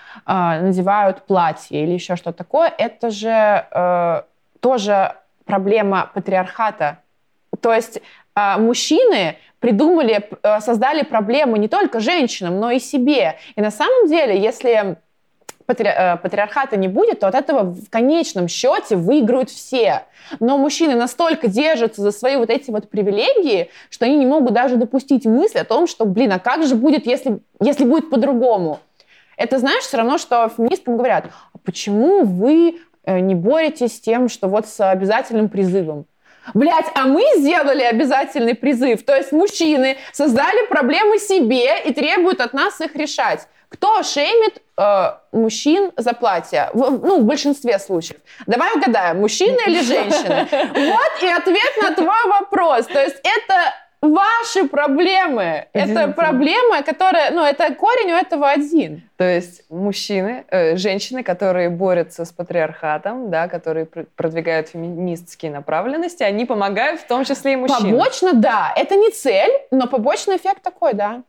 надевают платье или еще что-то такое, это же тоже проблема патриархата. То есть мужчины придумали, создали проблему не только женщинам, но и себе. И на самом деле, если патри... патриархата не будет, то от этого в конечном счете выиграют все. Но мужчины настолько держатся за свои вот эти вот привилегии, что они не могут даже допустить мысли о том, что, блин, а как же будет, если, если будет по-другому? Это, знаешь, все равно, что феминисткам говорят, а почему вы не боретесь с тем, что вот с обязательным призывом? Блять, а мы сделали обязательный призыв. То есть мужчины создали проблемы себе и требуют от нас их решать. Кто шеймит э, мужчин за платье? В, ну, в большинстве случаев. Давай угадаем, мужчина или женщина? Вот и ответ на твой вопрос. То есть это ваши проблемы. Это проблема, которая... Ну, это корень у этого один. То есть мужчины, э, женщины, которые борются с патриархатом, да, которые пр- продвигают феминистские направленности, они помогают в том числе и мужчинам. Побочно, да. Это не цель, но побочный эффект такой, да.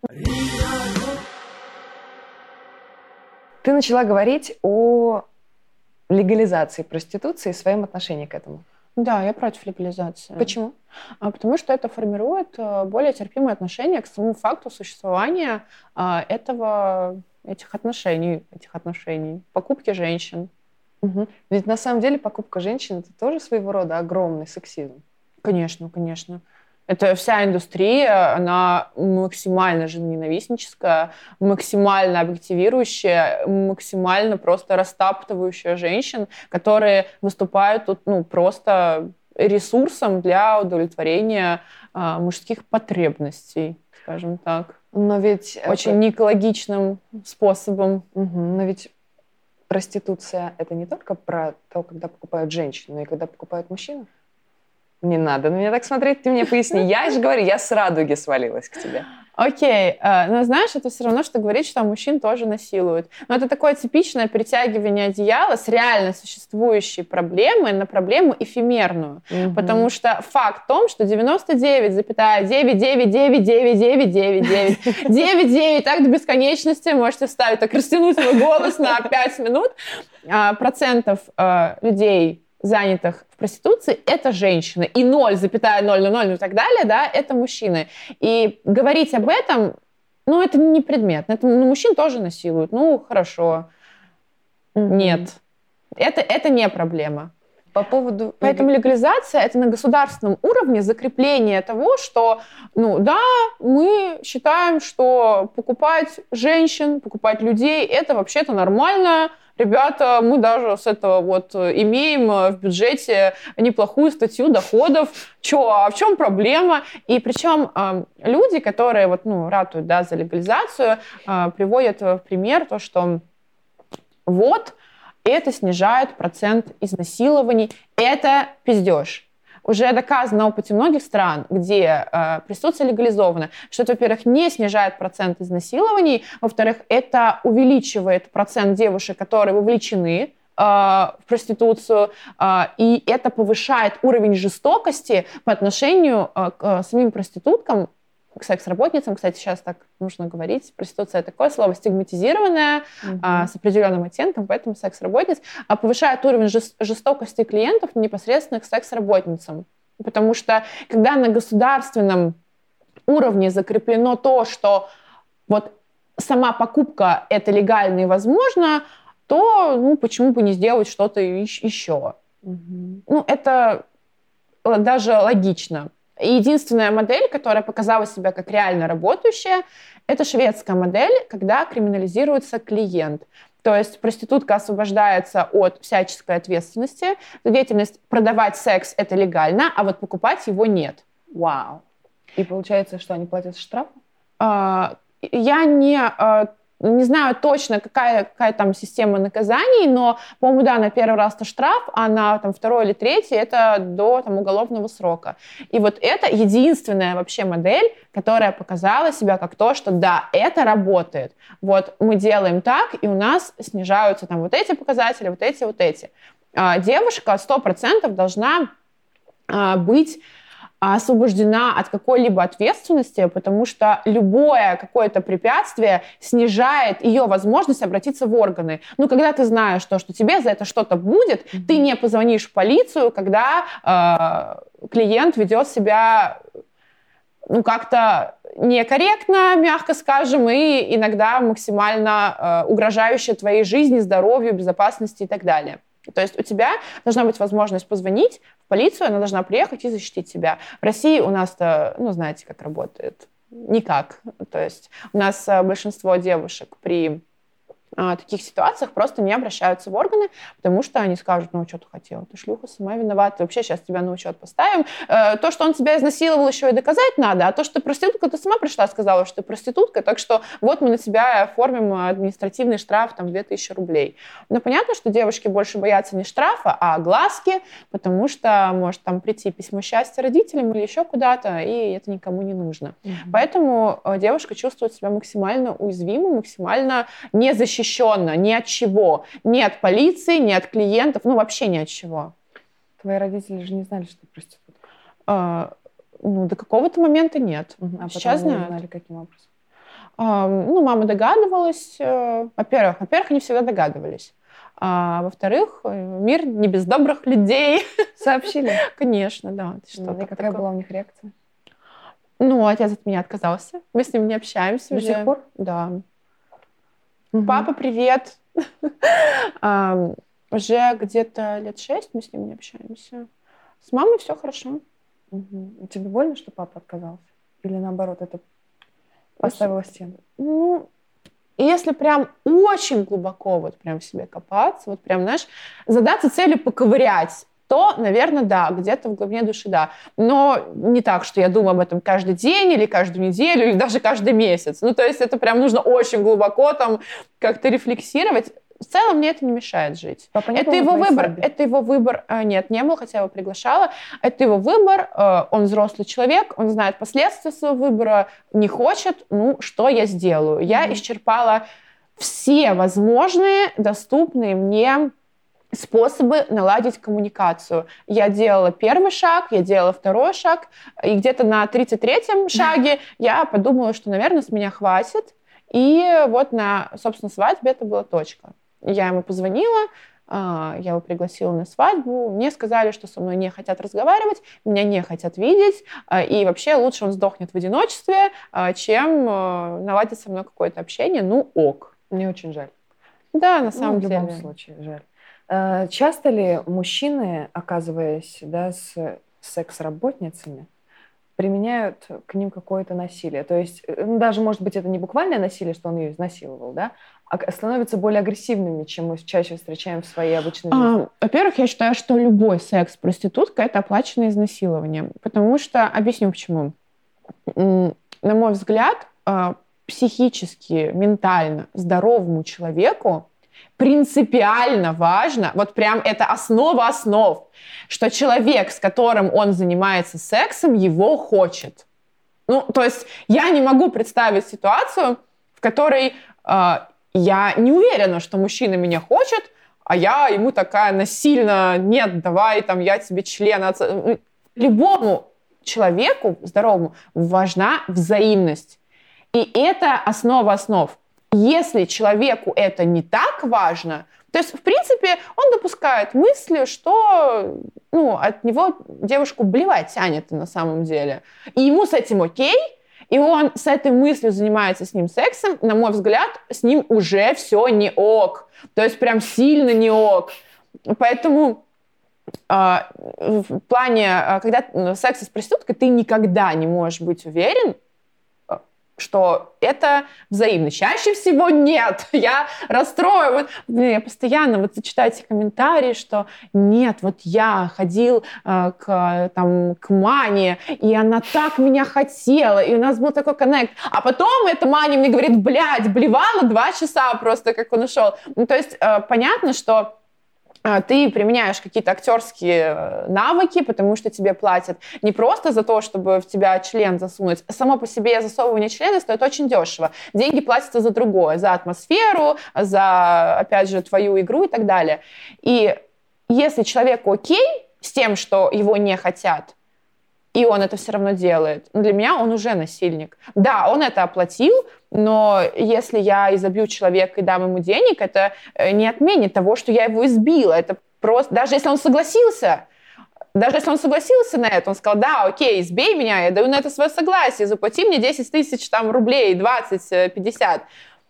Ты начала говорить о легализации проституции и своем отношении к этому. Да, я против легализации. Почему? А, потому что это формирует более терпимое отношение к самому факту существования а, этого, этих отношений, этих отношений, покупки женщин. Угу. Ведь на самом деле покупка женщин — это тоже своего рода огромный сексизм. Конечно, конечно. Это вся индустрия, она максимально женоненавистническая, максимально объективирующая, максимально просто растаптывающая женщин, которые выступают тут, ну, просто ресурсом для удовлетворения а, мужских потребностей, скажем так. Но ведь... Очень неэкологичным способом. Угу. Но ведь проституция — это не только про то, когда покупают женщину, но и когда покупают мужчину. Не надо на меня так смотреть, ты мне поясни. Я же говорю, я с радуги свалилась к тебе. Окей, okay. Но знаешь, это все равно, что говорить, что мужчин тоже насилуют. Но это такое типичное перетягивание одеяла с реально существующей проблемой на проблему эфемерную. Mm-hmm. Потому что факт в том, что девяносто девять целых девять девять девять девять девять девять девять девять девять так до бесконечности, можете вставить, так растянуть свой голос на пять минут, процентов людей, занятых в проституции, это женщины. И ноль целых ноль ноль ноль и так далее, да, это мужчины. И говорить об этом, ну, это не предмет. Это, ну, мужчин тоже насилуют. Ну, хорошо. Mm-hmm. Нет. Это, это не проблема. По поводу... Поэтому легализация — это на государственном уровне закрепление того, что, ну, да, мы считаем, что покупать женщин, покупать людей — это вообще-то нормально. Ребята, мы даже с этого вот имеем в бюджете неплохую статью доходов. Чё, а в чем проблема? И причем э, люди, которые вот, ну, ратуют, да, за легализацию, э, приводят в пример то, что вот это снижает процент изнасилований. Это пиздеж. Уже доказано на опыте многих стран, где э, проституция легализована, что это, во-первых, не снижает процент изнасилований, во-вторых, это увеличивает процент девушек, которые вовлечены э, в проституцию, э, и это повышает уровень жестокости по отношению э, к самим проституткам, к секс-работницам. Кстати, сейчас так нужно говорить. Проституция — такое слово стигматизированное, mm-hmm. а, с определенным оттенком, поэтому секс-работниц а, повышает уровень жест- жестокости клиентов непосредственно к секс-работницам. Потому что когда на государственном уровне закреплено то, что вот сама покупка — это легально и возможно, то, ну, почему бы не сделать что-то еще? Mm-hmm. Ну, это даже логично. И единственная модель, которая показала себя как реально работающая, это шведская модель, когда криминализируется клиент. То есть проститутка освобождается от всяческой ответственности. Деятельность продавать секс — это легально, а вот покупать его нет. Вау. И получается, что они платят штраф? Я не... Не знаю точно, какая, какая там система наказаний, но, по-моему, да, на первый раз это штраф, а на там, второй или третий это до там, уголовного срока. И вот это единственная вообще модель, которая показала себя как то, что да, это работает. Вот мы делаем так, и у нас снижаются там вот эти показатели, вот эти, вот эти. А девушка сто процентов должна а, быть освобождена от какой-либо ответственности, потому что любое какое-то препятствие снижает ее возможность обратиться в органы. Ну, когда ты знаешь, что, что тебе за это что-то будет, mm-hmm. ты не позвонишь в полицию, когда э, клиент ведет себя, ну, как-то некорректно, мягко скажем, и иногда максимально э, угрожающе твоей жизни, здоровью, безопасности и так далее. То есть у тебя должна быть возможность позвонить в полицию, она должна приехать и защитить тебя. В России у нас-то, ну, знаете, как работает? Никак. То есть у нас большинство девушек при а, таких ситуациях просто не обращаются в органы, потому что они скажут: ну, что ты хотела? Ты шлюха, сама виновата. Вообще сейчас тебя на учет поставим. Э, то, что он тебя изнасиловал, еще и доказать надо. А то, что ты проститутка, ты сама пришла, сказала, что ты проститутка, так что вот мы на тебя оформим административный штраф, там, две тысячи рублей. Но понятно, что девушки больше боятся не штрафа, а огласки, потому что может там прийти письмо счастья родителям или еще куда-то, и это никому не нужно. Mm-hmm. Поэтому девушка чувствует себя максимально уязвимой, максимально незащищенной. Ни от чего. Ни от полиции, ни от клиентов, ну вообще ни от чего. Твои родители же не знали, что ты проститутка? А, ну, до какого-то момента нет. Угу. А сейчас потом не знали, каким образом? А, ну, мама догадывалась. Во-первых, во-первых, они всегда догадывались. А во-вторых, мир не без добрых людей. Сообщили? Конечно, да. Ты что, и какая была у них реакция? Ну, отец от меня отказался. Мы с ним не общаемся до уже. сих пор? Да. Угу. Папа, привет. Уже где-то лет шесть мы с ним не общаемся. С мамой все хорошо. Угу. Тебе больно, что папа отказался? Или наоборот, это поставило стену? Ну, если прям очень глубоко вот прям в себе копаться, вот прям, знаешь, задаться целью поковырять, то, наверное, да, где-то в глубине души, да. Но не так, что я думаю об этом каждый день или каждую неделю, или даже каждый месяц. Ну, то есть это прям нужно очень глубоко там как-то рефлексировать. В целом мне это не мешает жить. Папа не это был его на твоей выбор. свадьбе? Это его выбор. А, нет, не был, хотя его приглашала. Это его выбор. Он взрослый человек, он знает последствия своего выбора. Не хочет, ну, что я сделаю? Я mm-hmm. исчерпала все возможные, доступные мне способы наладить коммуникацию. Я делала первый шаг, я делала второй шаг, и где-то на тридцать третьем шаге я подумала, что, наверное, с меня хватит. И вот на, собственно, свадьбе это была точка. Я ему позвонила, я его пригласила на свадьбу. Мне сказали, что со мной не хотят разговаривать, меня не хотят видеть, и вообще лучше он сдохнет в одиночестве, чем наладить со мной какое-то общение. Ну, ок. Мне очень жаль. Да, на самом ну, деле. В любом случае, жаль. Часто ли мужчины, оказываясь да, с секс-работницами, применяют к ним какое-то насилие? То есть, ну, даже, может быть, это не буквальное насилие, что он ее изнасиловал, да, а становятся более агрессивными, чем мы чаще встречаем в своей обычной жизни? А, во-первых, я считаю, что любой секс-проститутка – это оплаченное изнасилование. Потому что, объясню почему. На мой взгляд, психически, ментально здоровому человеку принципиально важно, вот прям это основа основ, что человек, с которым он занимается сексом, его хочет. Ну, то есть я не могу представить ситуацию, в которой э, я не уверена, что мужчина меня хочет, а я ему такая насильно, нет, давай, там, я тебе член. Отца. Любому человеку здоровому важна взаимность. И это основа основ. Если человеку это не так важно, то есть, в принципе, он допускает мысли, что ну, от него девушку блевать тянет на самом деле. И ему с этим окей, и он с этой мыслью занимается с ним сексом, на мой взгляд, с ним уже все не ок. То есть прям сильно не ок. Поэтому э, в плане, когда секс с проституткой, ты никогда не можешь быть уверен, что это взаимно. Чаще всего нет. Я расстрою. Вот, блин, я постоянно вот читаю эти комментарии, что нет, вот я ходил э, к, там, к Мане, и она так меня хотела, и у нас был такой коннект. А потом эта Маня мне говорит, блядь, блевала два часа просто, как он ушел. Ну, то есть э, понятно, что ты применяешь какие-то актерские навыки, потому что тебе платят не просто за то, чтобы в тебя член засунуть. Само по себе засовывание члена стоит очень дешево. Деньги платятся за другое, за атмосферу, за, опять же, твою игру и так далее. И если человеку окей с тем, что его не хотят, и он это все равно делает, для меня он уже насильник. Да, он это оплатил, но если я изобью человека и дам ему денег, это не отменит того, что я его избила. Это просто... Даже если он согласился, даже если он согласился на это, он сказал, да, окей, избей меня, я даю на это свое согласие, заплати мне десять тысяч там, рублей, двадцать, пятьдесят.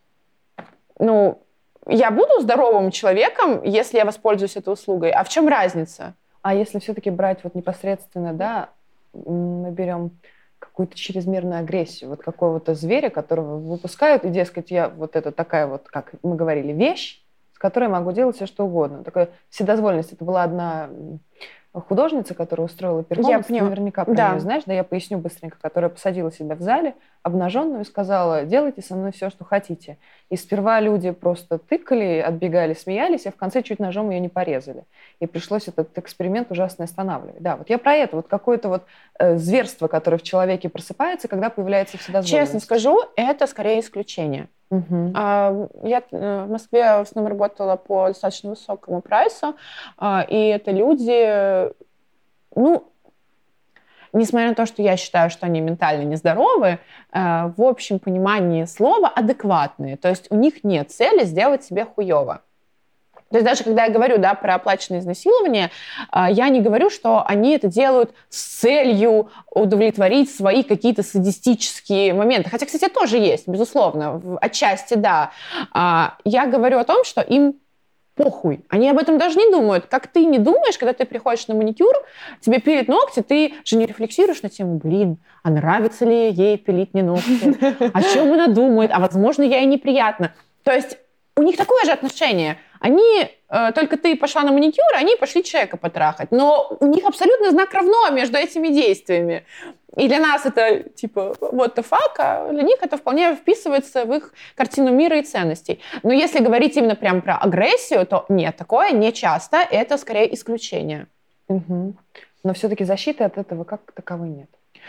Ну, я буду здоровым человеком, если я воспользуюсь этой услугой. А в чем разница? А если все-таки брать вот непосредственно, да, мы берем какую-то чрезмерную агрессию, вот какого-то зверя, которого выпускают, и, дескать, я вот это такая вот, как мы говорили, вещь, с которой могу делать все, что угодно. Такая вседозволенность. Это была одна художница, которая устроила перформанс, ты наверняка про да. нее знаешь, да, я поясню быстренько, которая посадила себя в зале, обнаженную, и сказала, делайте со мной все, что хотите. И сперва люди просто тыкали, отбегали, смеялись, а в конце чуть ножом ее не порезали. И пришлось этот эксперимент ужасно останавливать. Да, вот я про это, вот какое-то вот э, зверство, которое в человеке просыпается, когда появляется вседозволенность. Честно скажу, это скорее исключение. Угу. Я в Москве в основном работала по достаточно высокому прайсу, и это люди, ну, несмотря на то, что я считаю, что они ментально нездоровы, в общем понимании слова адекватные. То есть у них нет цели сделать себе хуёво. То есть даже когда я говорю, да, про оплаченное изнасилование, я не говорю, что они это делают с целью удовлетворить свои какие-то садистические моменты. Хотя, кстати, тоже есть, безусловно, отчасти да. Я говорю о том, что им похуй. Они об этом даже не думают. Как ты не думаешь, когда ты приходишь на маникюр, тебе пилят ногти, ты же не рефлексируешь на тему, блин, а нравится ли ей пилить мне ногти? О чем она думает? А возможно, ей неприятно. То есть у них такое же отношение. Они, э, только ты пошла на маникюр, они пошли человека потрахать. Но у них абсолютно знак равно между этими действиями. И для нас это типа what the fuck, а для них это вполне вписывается в их картину мира и ценностей. Но если говорить именно прям про агрессию, то нет, такое не часто, это скорее исключение. Угу. Но все-таки защиты от этого как таковой нет.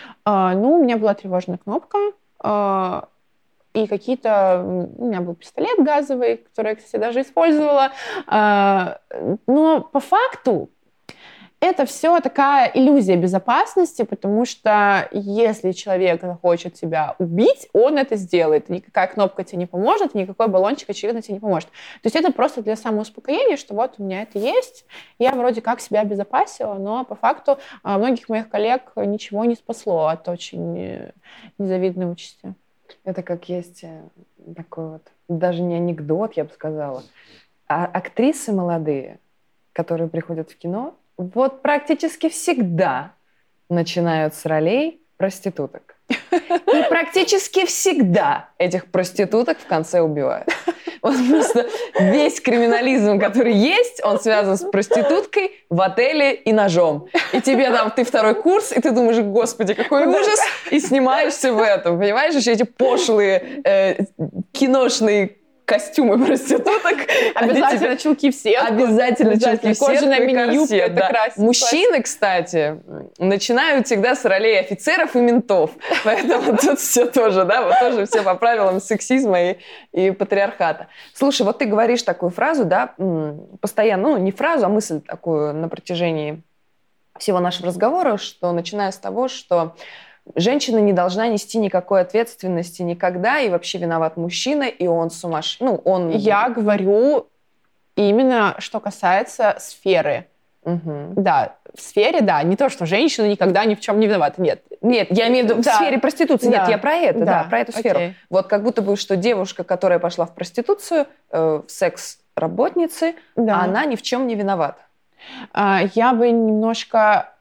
А, ну, у меня была тревожная кнопка, а, и какие-то... У меня был пистолет газовый, который я, кстати, даже использовала. А, но по факту это все такая иллюзия безопасности, потому что если человек захочет тебя убить, он это сделает. Никакая кнопка тебе не поможет, никакой баллончик, очевидно, тебе не поможет. То есть это просто для самоуспокоения, что вот у меня это есть, я вроде как себя обезопасила, но по факту многих моих коллег ничего не спасло от очень незавидной участи. Это как есть такой вот, даже не анекдот, я бы сказала, а актрисы молодые, которые приходят в кино, вот практически всегда начинают с ролей проституток. И практически всегда этих проституток в конце убивают. Вот просто весь криминализм, который есть, он связан с проституткой в отеле и ножом. И тебе там, ты второй курс, и ты думаешь, господи, какой ужас, и снимаешься в этом. Понимаешь, еще эти пошлые э, киношные костюмы проституток. Обязательно чулки в сетку. Обязательно чулки в сетку. Кожаная мини-юбка, это да. красиво. Мужчины, кстати, начинают всегда с ролей офицеров и ментов. Поэтому тут все тоже, да, вот тоже все по правилам сексизма и, и патриархата. Слушай, вот ты говоришь такую фразу, да, постоянно, ну, не фразу, а мысль такую на протяжении всего нашего разговора, что начиная с того, что женщина не должна нести никакой ответственности никогда, и вообще виноват мужчина, и он сумасшедший. Ну, он... Я говорю именно, что касается сферы. Угу. Да, в сфере, да, не то, что женщина никогда ни в чем не виновата, нет. Нет, я имею в виду в да. сфере проституции. Да. Нет, я про это, да, да про эту сферу. Окей. Вот как будто бы, что девушка, которая пошла в проституцию, э, в секс-работницы, да. она ни в чем не виновата. А, я бы немножко...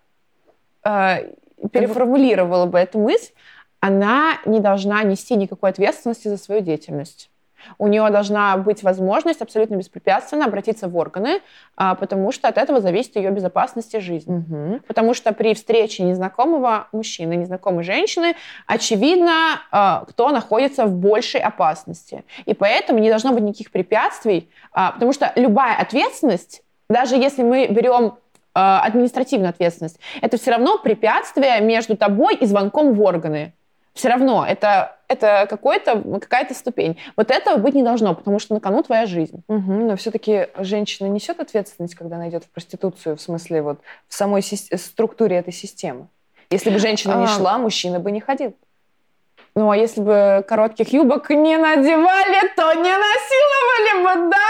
А, переформулировала бы эту мысль, она не должна нести никакой ответственности за свою деятельность. У нее должна быть возможность абсолютно беспрепятственно обратиться в органы, потому что от этого зависит ее безопасность и жизнь. Угу. Потому что при встрече незнакомого мужчины, незнакомой женщины, очевидно, кто находится в большей опасности. И поэтому не должно быть никаких препятствий, потому что любая ответственность, даже если мы берем административную ответственность, это все равно препятствие между тобой и звонком в органы. Все равно это, это какой-то, какая-то ступень. Вот этого быть не должно, потому что на кону твоя жизнь. Угу, но все-таки женщина несет ответственность, когда она идет в проституцию, в смысле вот в самой си- структуре этой системы. Если бы женщина не шла, мужчина бы не ходил. Ну, а если бы коротких юбок не надевали, то не насиловали бы, да?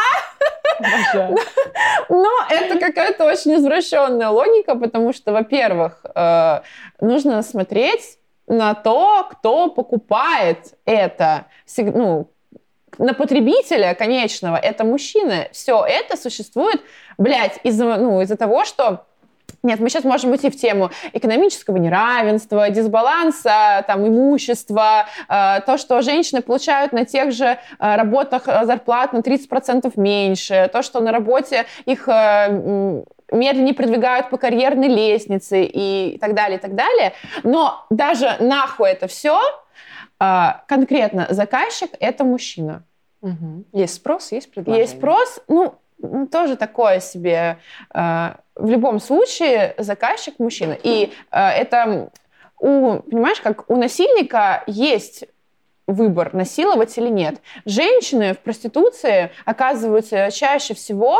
А? Но это какая-то очень извращенная логика, потому что, во-первых, нужно смотреть на то, кто покупает это. Ну, на потребителя конечного, это мужчины. Все это существует, блядь, из-за, ну, из-за того, что... Нет, мы сейчас можем уйти в тему экономического неравенства, дисбаланса, там, имущества, э, то, что женщины получают на тех же э, работах зарплат на тридцать процентов меньше, то, что на работе их э, медленнее продвигают по карьерной лестнице и так далее, и так далее. Но даже нахуй это все, э, конкретно заказчик – это мужчина. Угу. Есть спрос, есть предложение. Есть спрос, ну, тоже такое себе. В любом случае заказчик мужчина. И это, у, понимаешь, как у насильника есть выбор, насиловать или нет. Женщины в проституции оказываются чаще всего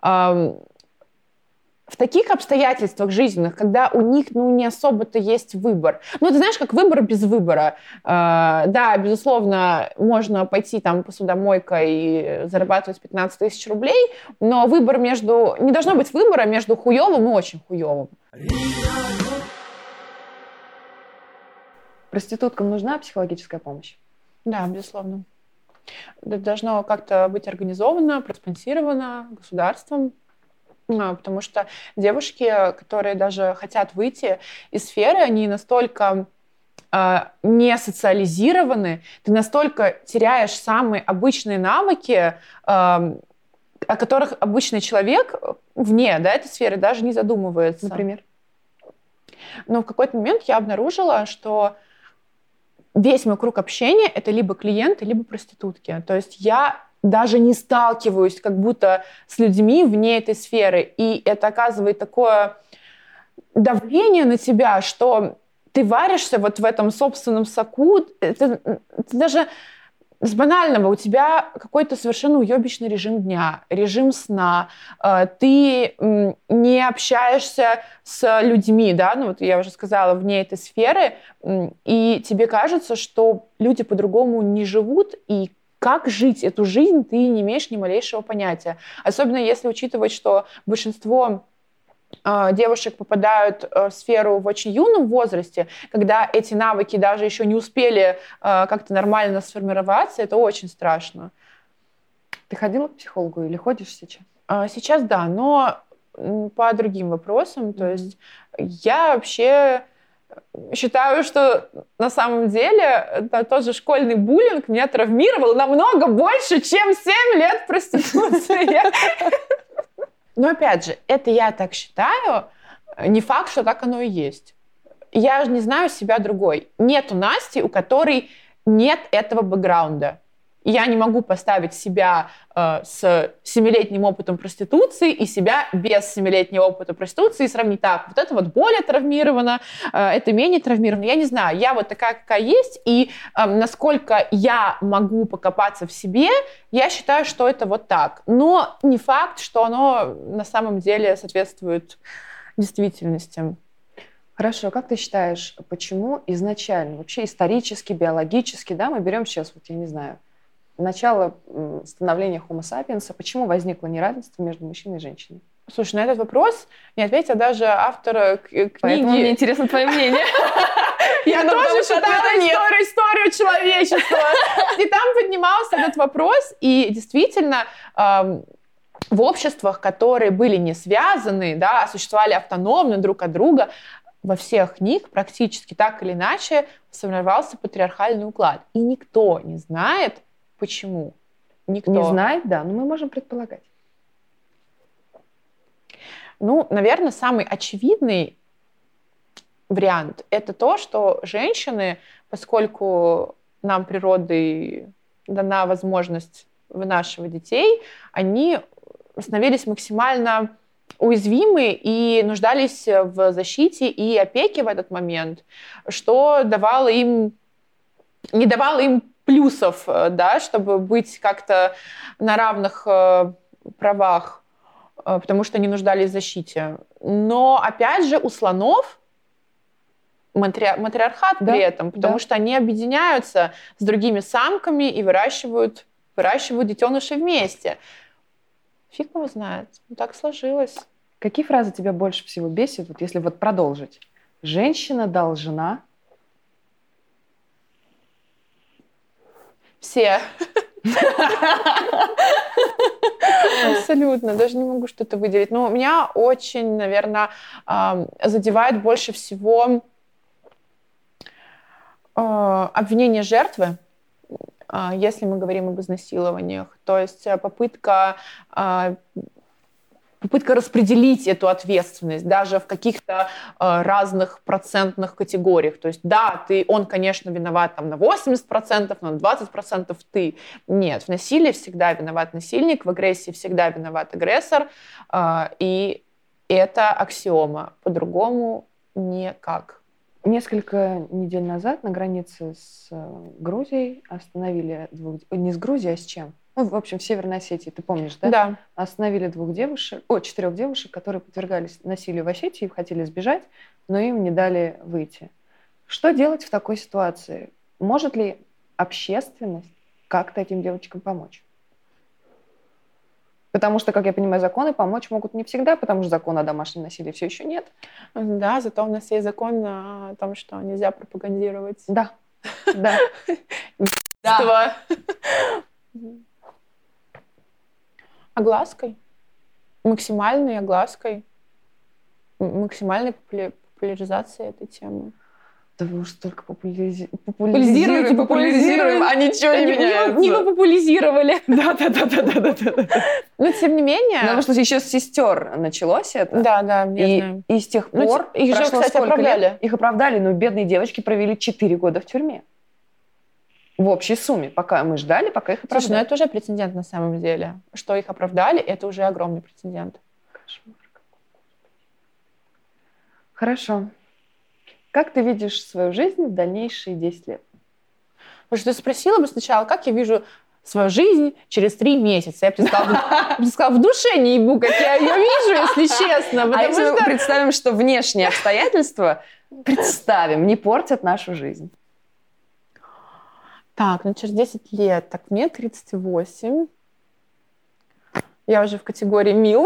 в таких обстоятельствах жизненных, когда у них, ну, не особо-то есть выбор. Ну, ты знаешь, как выбор без выбора. Э, да, безусловно, можно пойти там посудомойкой и зарабатывать пятнадцать тысяч рублей, но выбор между... Не должно быть выбора между хуёвым и очень хуёвым. Проституткам нужна психологическая помощь? Да, безусловно. Это должно как-то быть организовано, проспонсировано государством, потому что девушки, которые даже хотят выйти из сферы, они настолько э, не социализированы, ты настолько теряешь самые обычные навыки, э, о которых обычный человек вне, да, этой сферы даже не задумывается. Например? Но в какой-то момент я обнаружила, что весь мой круг общения — это либо клиенты, либо проститутки. То есть я даже не сталкиваюсь как будто с людьми вне этой сферы. И это оказывает такое давление на тебя, что ты варишься вот в этом собственном соку. Это, это даже с банального. У тебя какой-то совершенно уебищный режим дня, режим сна. Ты не общаешься с людьми, да, ну вот я уже сказала, вне этой сферы, и тебе кажется, что люди по-другому не живут, и как жить эту жизнь ты не имеешь ни малейшего понятия. Особенно если учитывать, что большинство девушек попадают в сферу в очень юном возрасте, когда эти навыки даже еще не успели как-то нормально сформироваться, это очень страшно. Ты ходила к психологу или ходишь сейчас? Сейчас да, но по другим вопросам. Mm-hmm. То есть я вообще считаю, что на самом деле тот же школьный буллинг меня травмировал намного больше, чем семь лет проституции. Но опять же, это я так считаю, не факт, что так оно и есть. Я же не знаю себя другой. Нету Насти, у которой нет этого бэкграунда. Я не могу поставить себя э, с семилетним опытом проституции и себя без семилетнего опыта проституции и сравнить так. Вот это вот более травмировано, э, это менее травмировано. Я не знаю, я вот такая, какая есть, и э, насколько я могу покопаться в себе, я считаю, что это вот так. Но не факт, что оно на самом деле соответствует действительности. Хорошо, как ты считаешь, почему изначально, вообще исторически, биологически, да, мы берем сейчас, вот я не знаю, начало становления Homo sapiens, почему возникло неравенство между мужчиной и женщиной? Слушай, на этот вопрос не ответил даже автор книги. Поэтому мне интересно твое мнение. Я тоже читала историю человечества. И там поднимался этот вопрос, и действительно в обществах, которые были не связаны, да, существовали автономно друг от друга, во всех них практически так или иначе сформировался патриархальный уклад. И никто не знает, почему. Никто. Не знает, да, но мы можем предполагать. Ну, наверное, самый очевидный вариант — это то, что женщины, поскольку нам природой дана возможность вынашивать детей, они становились максимально уязвимы и нуждались в защите и опеке в этот момент, что давало им, не давало им плюсов, да, чтобы быть как-то на равных правах, потому что они нуждались в защите. Но, опять же, у слонов матри... матриархат да, при этом, потому да. что они объединяются с другими самками и выращивают, выращивают детенышей вместе. Фиг его знает. Так сложилось. Какие фразы тебя больше всего бесит, вот если вот продолжить? Женщина должна... Все. Абсолютно. Даже не могу что-то выделить. Но меня очень, наверное, задевает больше всего обвинение жертвы, если мы говорим об изнасилованиях. То есть попытка... попытка распределить эту ответственность даже в каких-то э, разных процентных категориях. То есть да, ты, он, конечно, виноват там, на восемьдесят процентов, на двадцать процентов ты. Нет, в насилии всегда виноват насильник, в агрессии всегда виноват агрессор. Э, и это аксиома. По-другому никак. Несколько недель назад на границе с Грузией остановили двух... Не с Грузией, а с чем? Ну, в общем, в Северной Осетии, ты помнишь, да? Да. Остановили двух девушек, о, четырех девушек, которые подвергались насилию в Осетии, хотели сбежать, но им не дали выйти. Что делать в такой ситуации? Может ли общественность как-то этим девочкам помочь? Потому что, как я понимаю, законы помочь могут не всегда, потому что закона о домашнем насилии все еще нет. Да, зато у нас есть закон о том, что нельзя пропагандировать. Да, да. Да. Оглаской. Максимальной оглаской. Максимальной популя- популяризацией этой темы. Да вы уж только популяризи... популяризируем, популяризируем, а ничего не меняется. Не вы популяризировали. Да-да-да-да-да-да. Но тем не менее... Потому что еще с сестер началось это. Да, да, я и, знаю. И с тех пор ну, их же, кстати, оправдали. Лет? Их оправдали, но бедные девочки провели четыре года в тюрьме. В общей сумме. Пока мы ждали, пока их оправдали. Слушай, ну это уже прецедент на самом деле. Что их оправдали, это уже огромный прецедент. Кошмар. Хорошо. Как ты видишь свою жизнь в дальнейшие десять лет? Потому что ты спросила бы сначала, как я вижу свою жизнь через три месяца. Я бы сказала, сказала, в душе не ебу, как я ее вижу, если честно. А если мы представим, что внешние обстоятельства, представим, не портят нашу жизнь? Так, ну через десять лет. Так, мне тридцать восемь. Я уже в категории мил.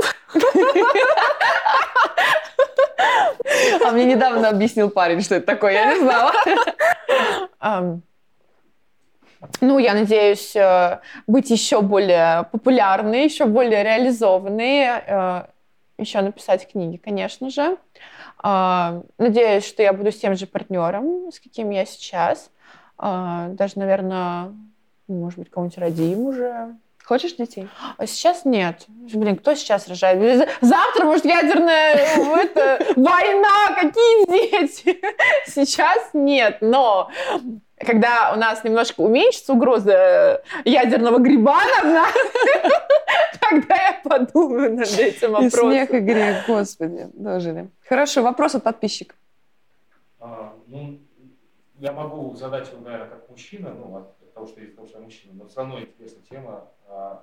А мне недавно объяснил парень, что это такое, я не знала. Um, ну, я надеюсь быть еще более популярной, еще более реализованной, еще написать книги, конечно же. Uh, надеюсь, что я буду с тем же партнером, с каким я сейчас. Uh, даже, наверное, может быть, кого-нибудь родим уже. Хочешь детей? А сейчас нет. Блин, кто сейчас рожает? Завтра, может, ядерная это, война, какие дети? Сейчас нет, но когда у нас немножко уменьшится угроза ядерного гриба над нами, тогда я подумаю над этим вопросом. И смех, и грех, господи, дожили. Хорошо, вопрос от подписчика. А, ну, я могу задать его, наверное, как мужчина, ну, от того, что есть, потому что я мужчина, но все равно интересная тема. А,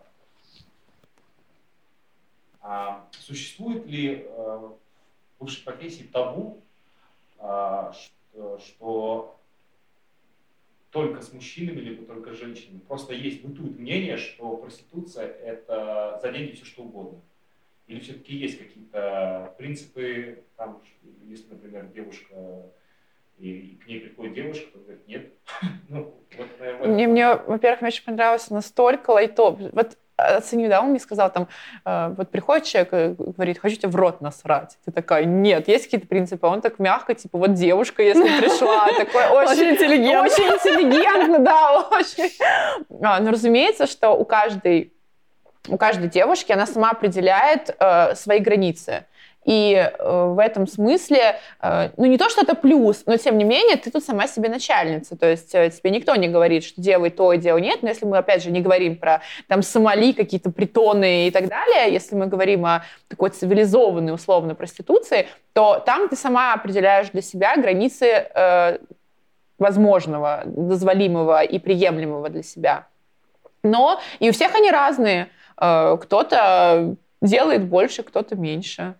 а существует ли а, в высшей профессии табу, а, что, что только с мужчинами, либо только с женщинами? Просто есть, бытует мнение, что проституция – это за деньги все что угодно. Или все-таки есть какие-то принципы, там, если, например, девушка, и к ней приходит девушка, то говорит, нет. ну, вот, наверное, мне, мне, во-первых, мне очень понравилось настолько лайтоп. Вот оцени, да, он мне сказал, там, э, вот приходит человек и говорит, хочу тебе в рот насрать. Ты такая, нет, есть какие-то принципы. Он так мягко, типа, вот девушка, если пришла, такой очень интеллигентно. Очень интеллигентно, да, очень. Но разумеется, что у каждой, у каждой девушки она сама определяет э, свои границы. И э, в этом смысле, э, ну не то, что это плюс, но тем не менее ты тут сама себе начальница. То есть э, тебе никто не говорит, что делай то и делай нет. Но если мы, опять же, не говорим про там Сомали, какие-то притоны и так далее, если мы говорим о такой цивилизованной, условно, проституции, то там ты сама определяешь для себя границы э, возможного, дозволимого и приемлемого для себя. Но и у всех они разные. Э, кто-то делает больше, кто-то меньше.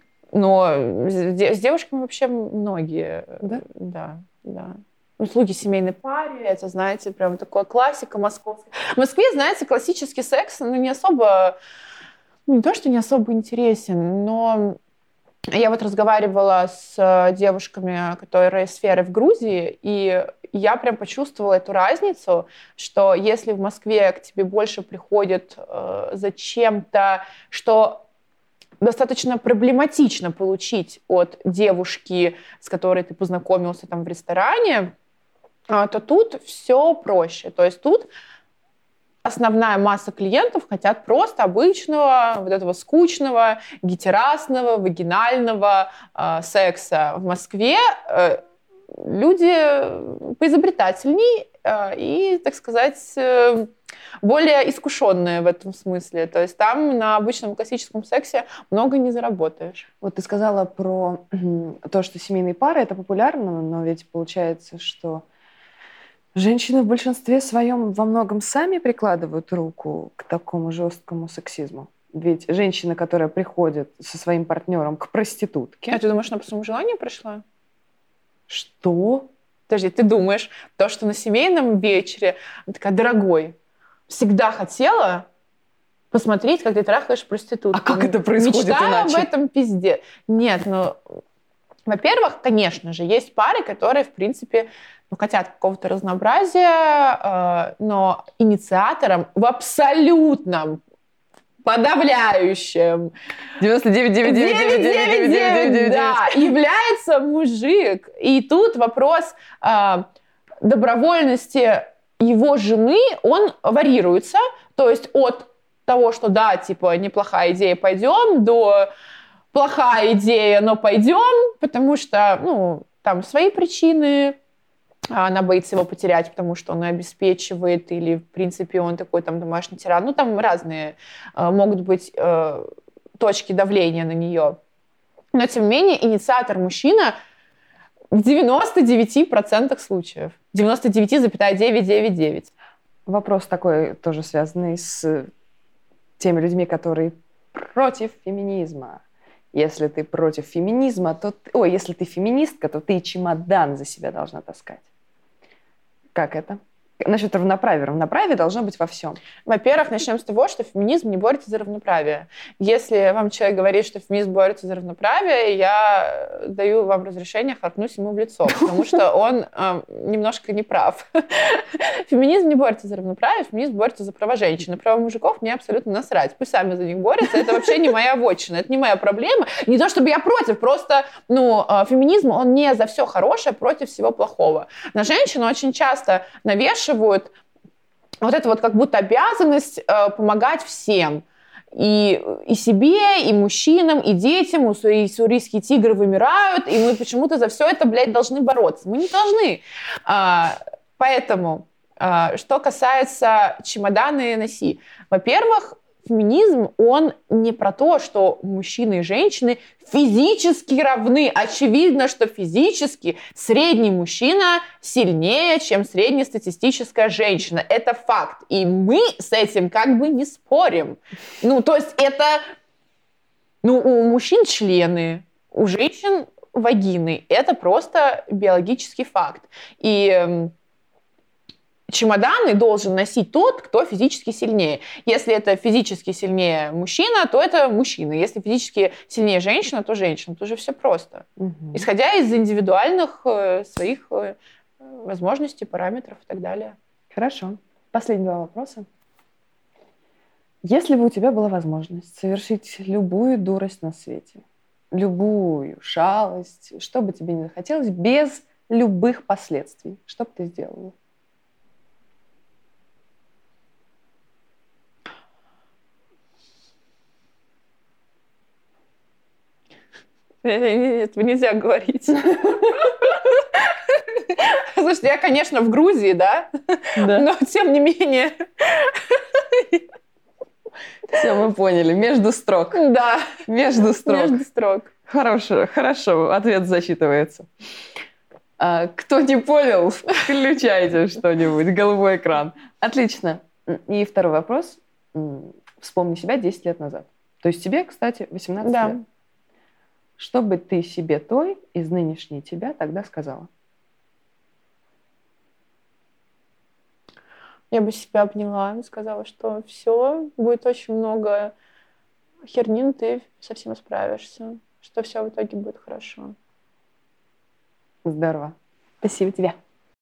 Но с девушками вообще многие. Да? Да, да. Услуги семейной паре, это, знаете, прям такая классика московская. В Москве, знаете, классический секс, ну, не особо, ну, не то, что не особо интересен, но я вот разговаривала с девушками, которые из сферы в Грузии, и я прям почувствовала эту разницу, что если в Москве к тебе больше приходит э, за чем-то, что достаточно проблематично получить от девушки, с которой ты познакомился там в ресторане, то тут все проще. То есть тут основная масса клиентов хотят просто обычного, вот этого скучного, гетерасного, вагинального э, секса. В Москве э, люди поизобретательней э, и, так сказать, э, более искушенные в этом смысле. То есть там на обычном классическом сексе много не заработаешь. Вот ты сказала про то, что семейные пары — это популярно, но ведь получается, что женщины в большинстве своем во многом сами прикладывают руку к такому жесткому сексизму. Ведь женщина, которая приходит со своим партнером к проститутке... А ты думаешь, она по своему желанию пришла? Что? Подожди, ты думаешь, то, что на семейном вечере она такая, дорогой, всегда хотела посмотреть, как ты трахаешь проститутку. А как это происходит Мечтаю иначе? об этом пизде. Нет, ну, Во-первых, конечно же, есть пары, которые, в принципе, ну, хотят какого-то разнообразия, э, но инициатором в абсолютном, подавляющем девяносто девять девять девять девять девять девять девять да, является мужик. И тут вопрос э, добровольности его жены, он варьируется. То есть от того, что да, типа, неплохая идея, пойдем, до плохая идея, но пойдем, потому что, ну, там свои причины, она боится его потерять, потому что он ее обеспечивает, или, в принципе, он такой там домашний тиран. Ну, там разные э, могут быть э, точки давления на нее. Но, тем не менее, инициатор мужчина в девяноста девяти процентах случаев. девяносто девять целых девятьсот девяносто девять. Вопрос такой, тоже связанный с теми людьми, которые против феминизма. Если ты против феминизма, то... Ты... Ой, если ты феминистка, то ты и чемодан за себя должна таскать. Как это? Насчет равноправия. Равноправие должно быть во всем. Во-первых, начнем с того, что феминизм не борется за равноправие. Если вам человек говорит, что феминизм борется за равноправие, я даю вам разрешение харкнуть ему в лицо, потому что он э, немножко неправ. Феминизм не борется за равноправие, феминизм борется за права женщин. На права мужиков мне абсолютно насрать. Пусть сами за них борются. Это вообще не моя вотчина, это не моя проблема. Не то, чтобы я против, просто ну, э, феминизм, он не за все хорошее, против всего плохого. На женщину очень часто навешивают вот эту вот как будто обязанность э, помогать всем. И, и себе, и мужчинам, и детям, и уссурийские тигры вымирают, и мы почему-то за все это, блядь, должны бороться. Мы не должны. А, поэтому, а, что касается чемоданы носи. Во-первых, феминизм, он не про то, что мужчины и женщины физически равны. Очевидно, что физически средний мужчина сильнее, чем среднестатистическая женщина. Это факт. И мы с этим как бы не спорим. Ну, то есть это... Ну, у мужчин члены, у женщин вагины. Это просто биологический факт. И... чемоданы должен носить тот, кто физически сильнее. Если это физически сильнее мужчина, то это мужчина. Если физически сильнее женщина, то женщина. Тут же все просто. Угу. Исходя из индивидуальных э, своих э, возможностей, параметров и так далее. Хорошо. Последние два вопроса. Если бы у тебя была возможность совершить любую дурость на свете, любую шалость, что бы тебе ни захотелось, без любых последствий, что бы ты сделала? Этого нельзя говорить. Слушайте, я, конечно, в Грузии, да? Да. Но, тем не менее... Все, мы поняли. Между строк. Да. Между строк. Между строк. Хорошо, хорошо. Ответ засчитывается. А, кто не понял, включайте что-нибудь. Голубой экран. Отлично. И второй вопрос. Вспомни себя десять лет назад. То есть тебе, кстати, восемнадцать да. лет. Что бы ты себе той из нынешней тебя тогда сказала? Я бы себя обняла и сказала, что все, будет очень много херни, но ты совсем справишься, что все в итоге будет хорошо. Здорово. Спасибо тебе.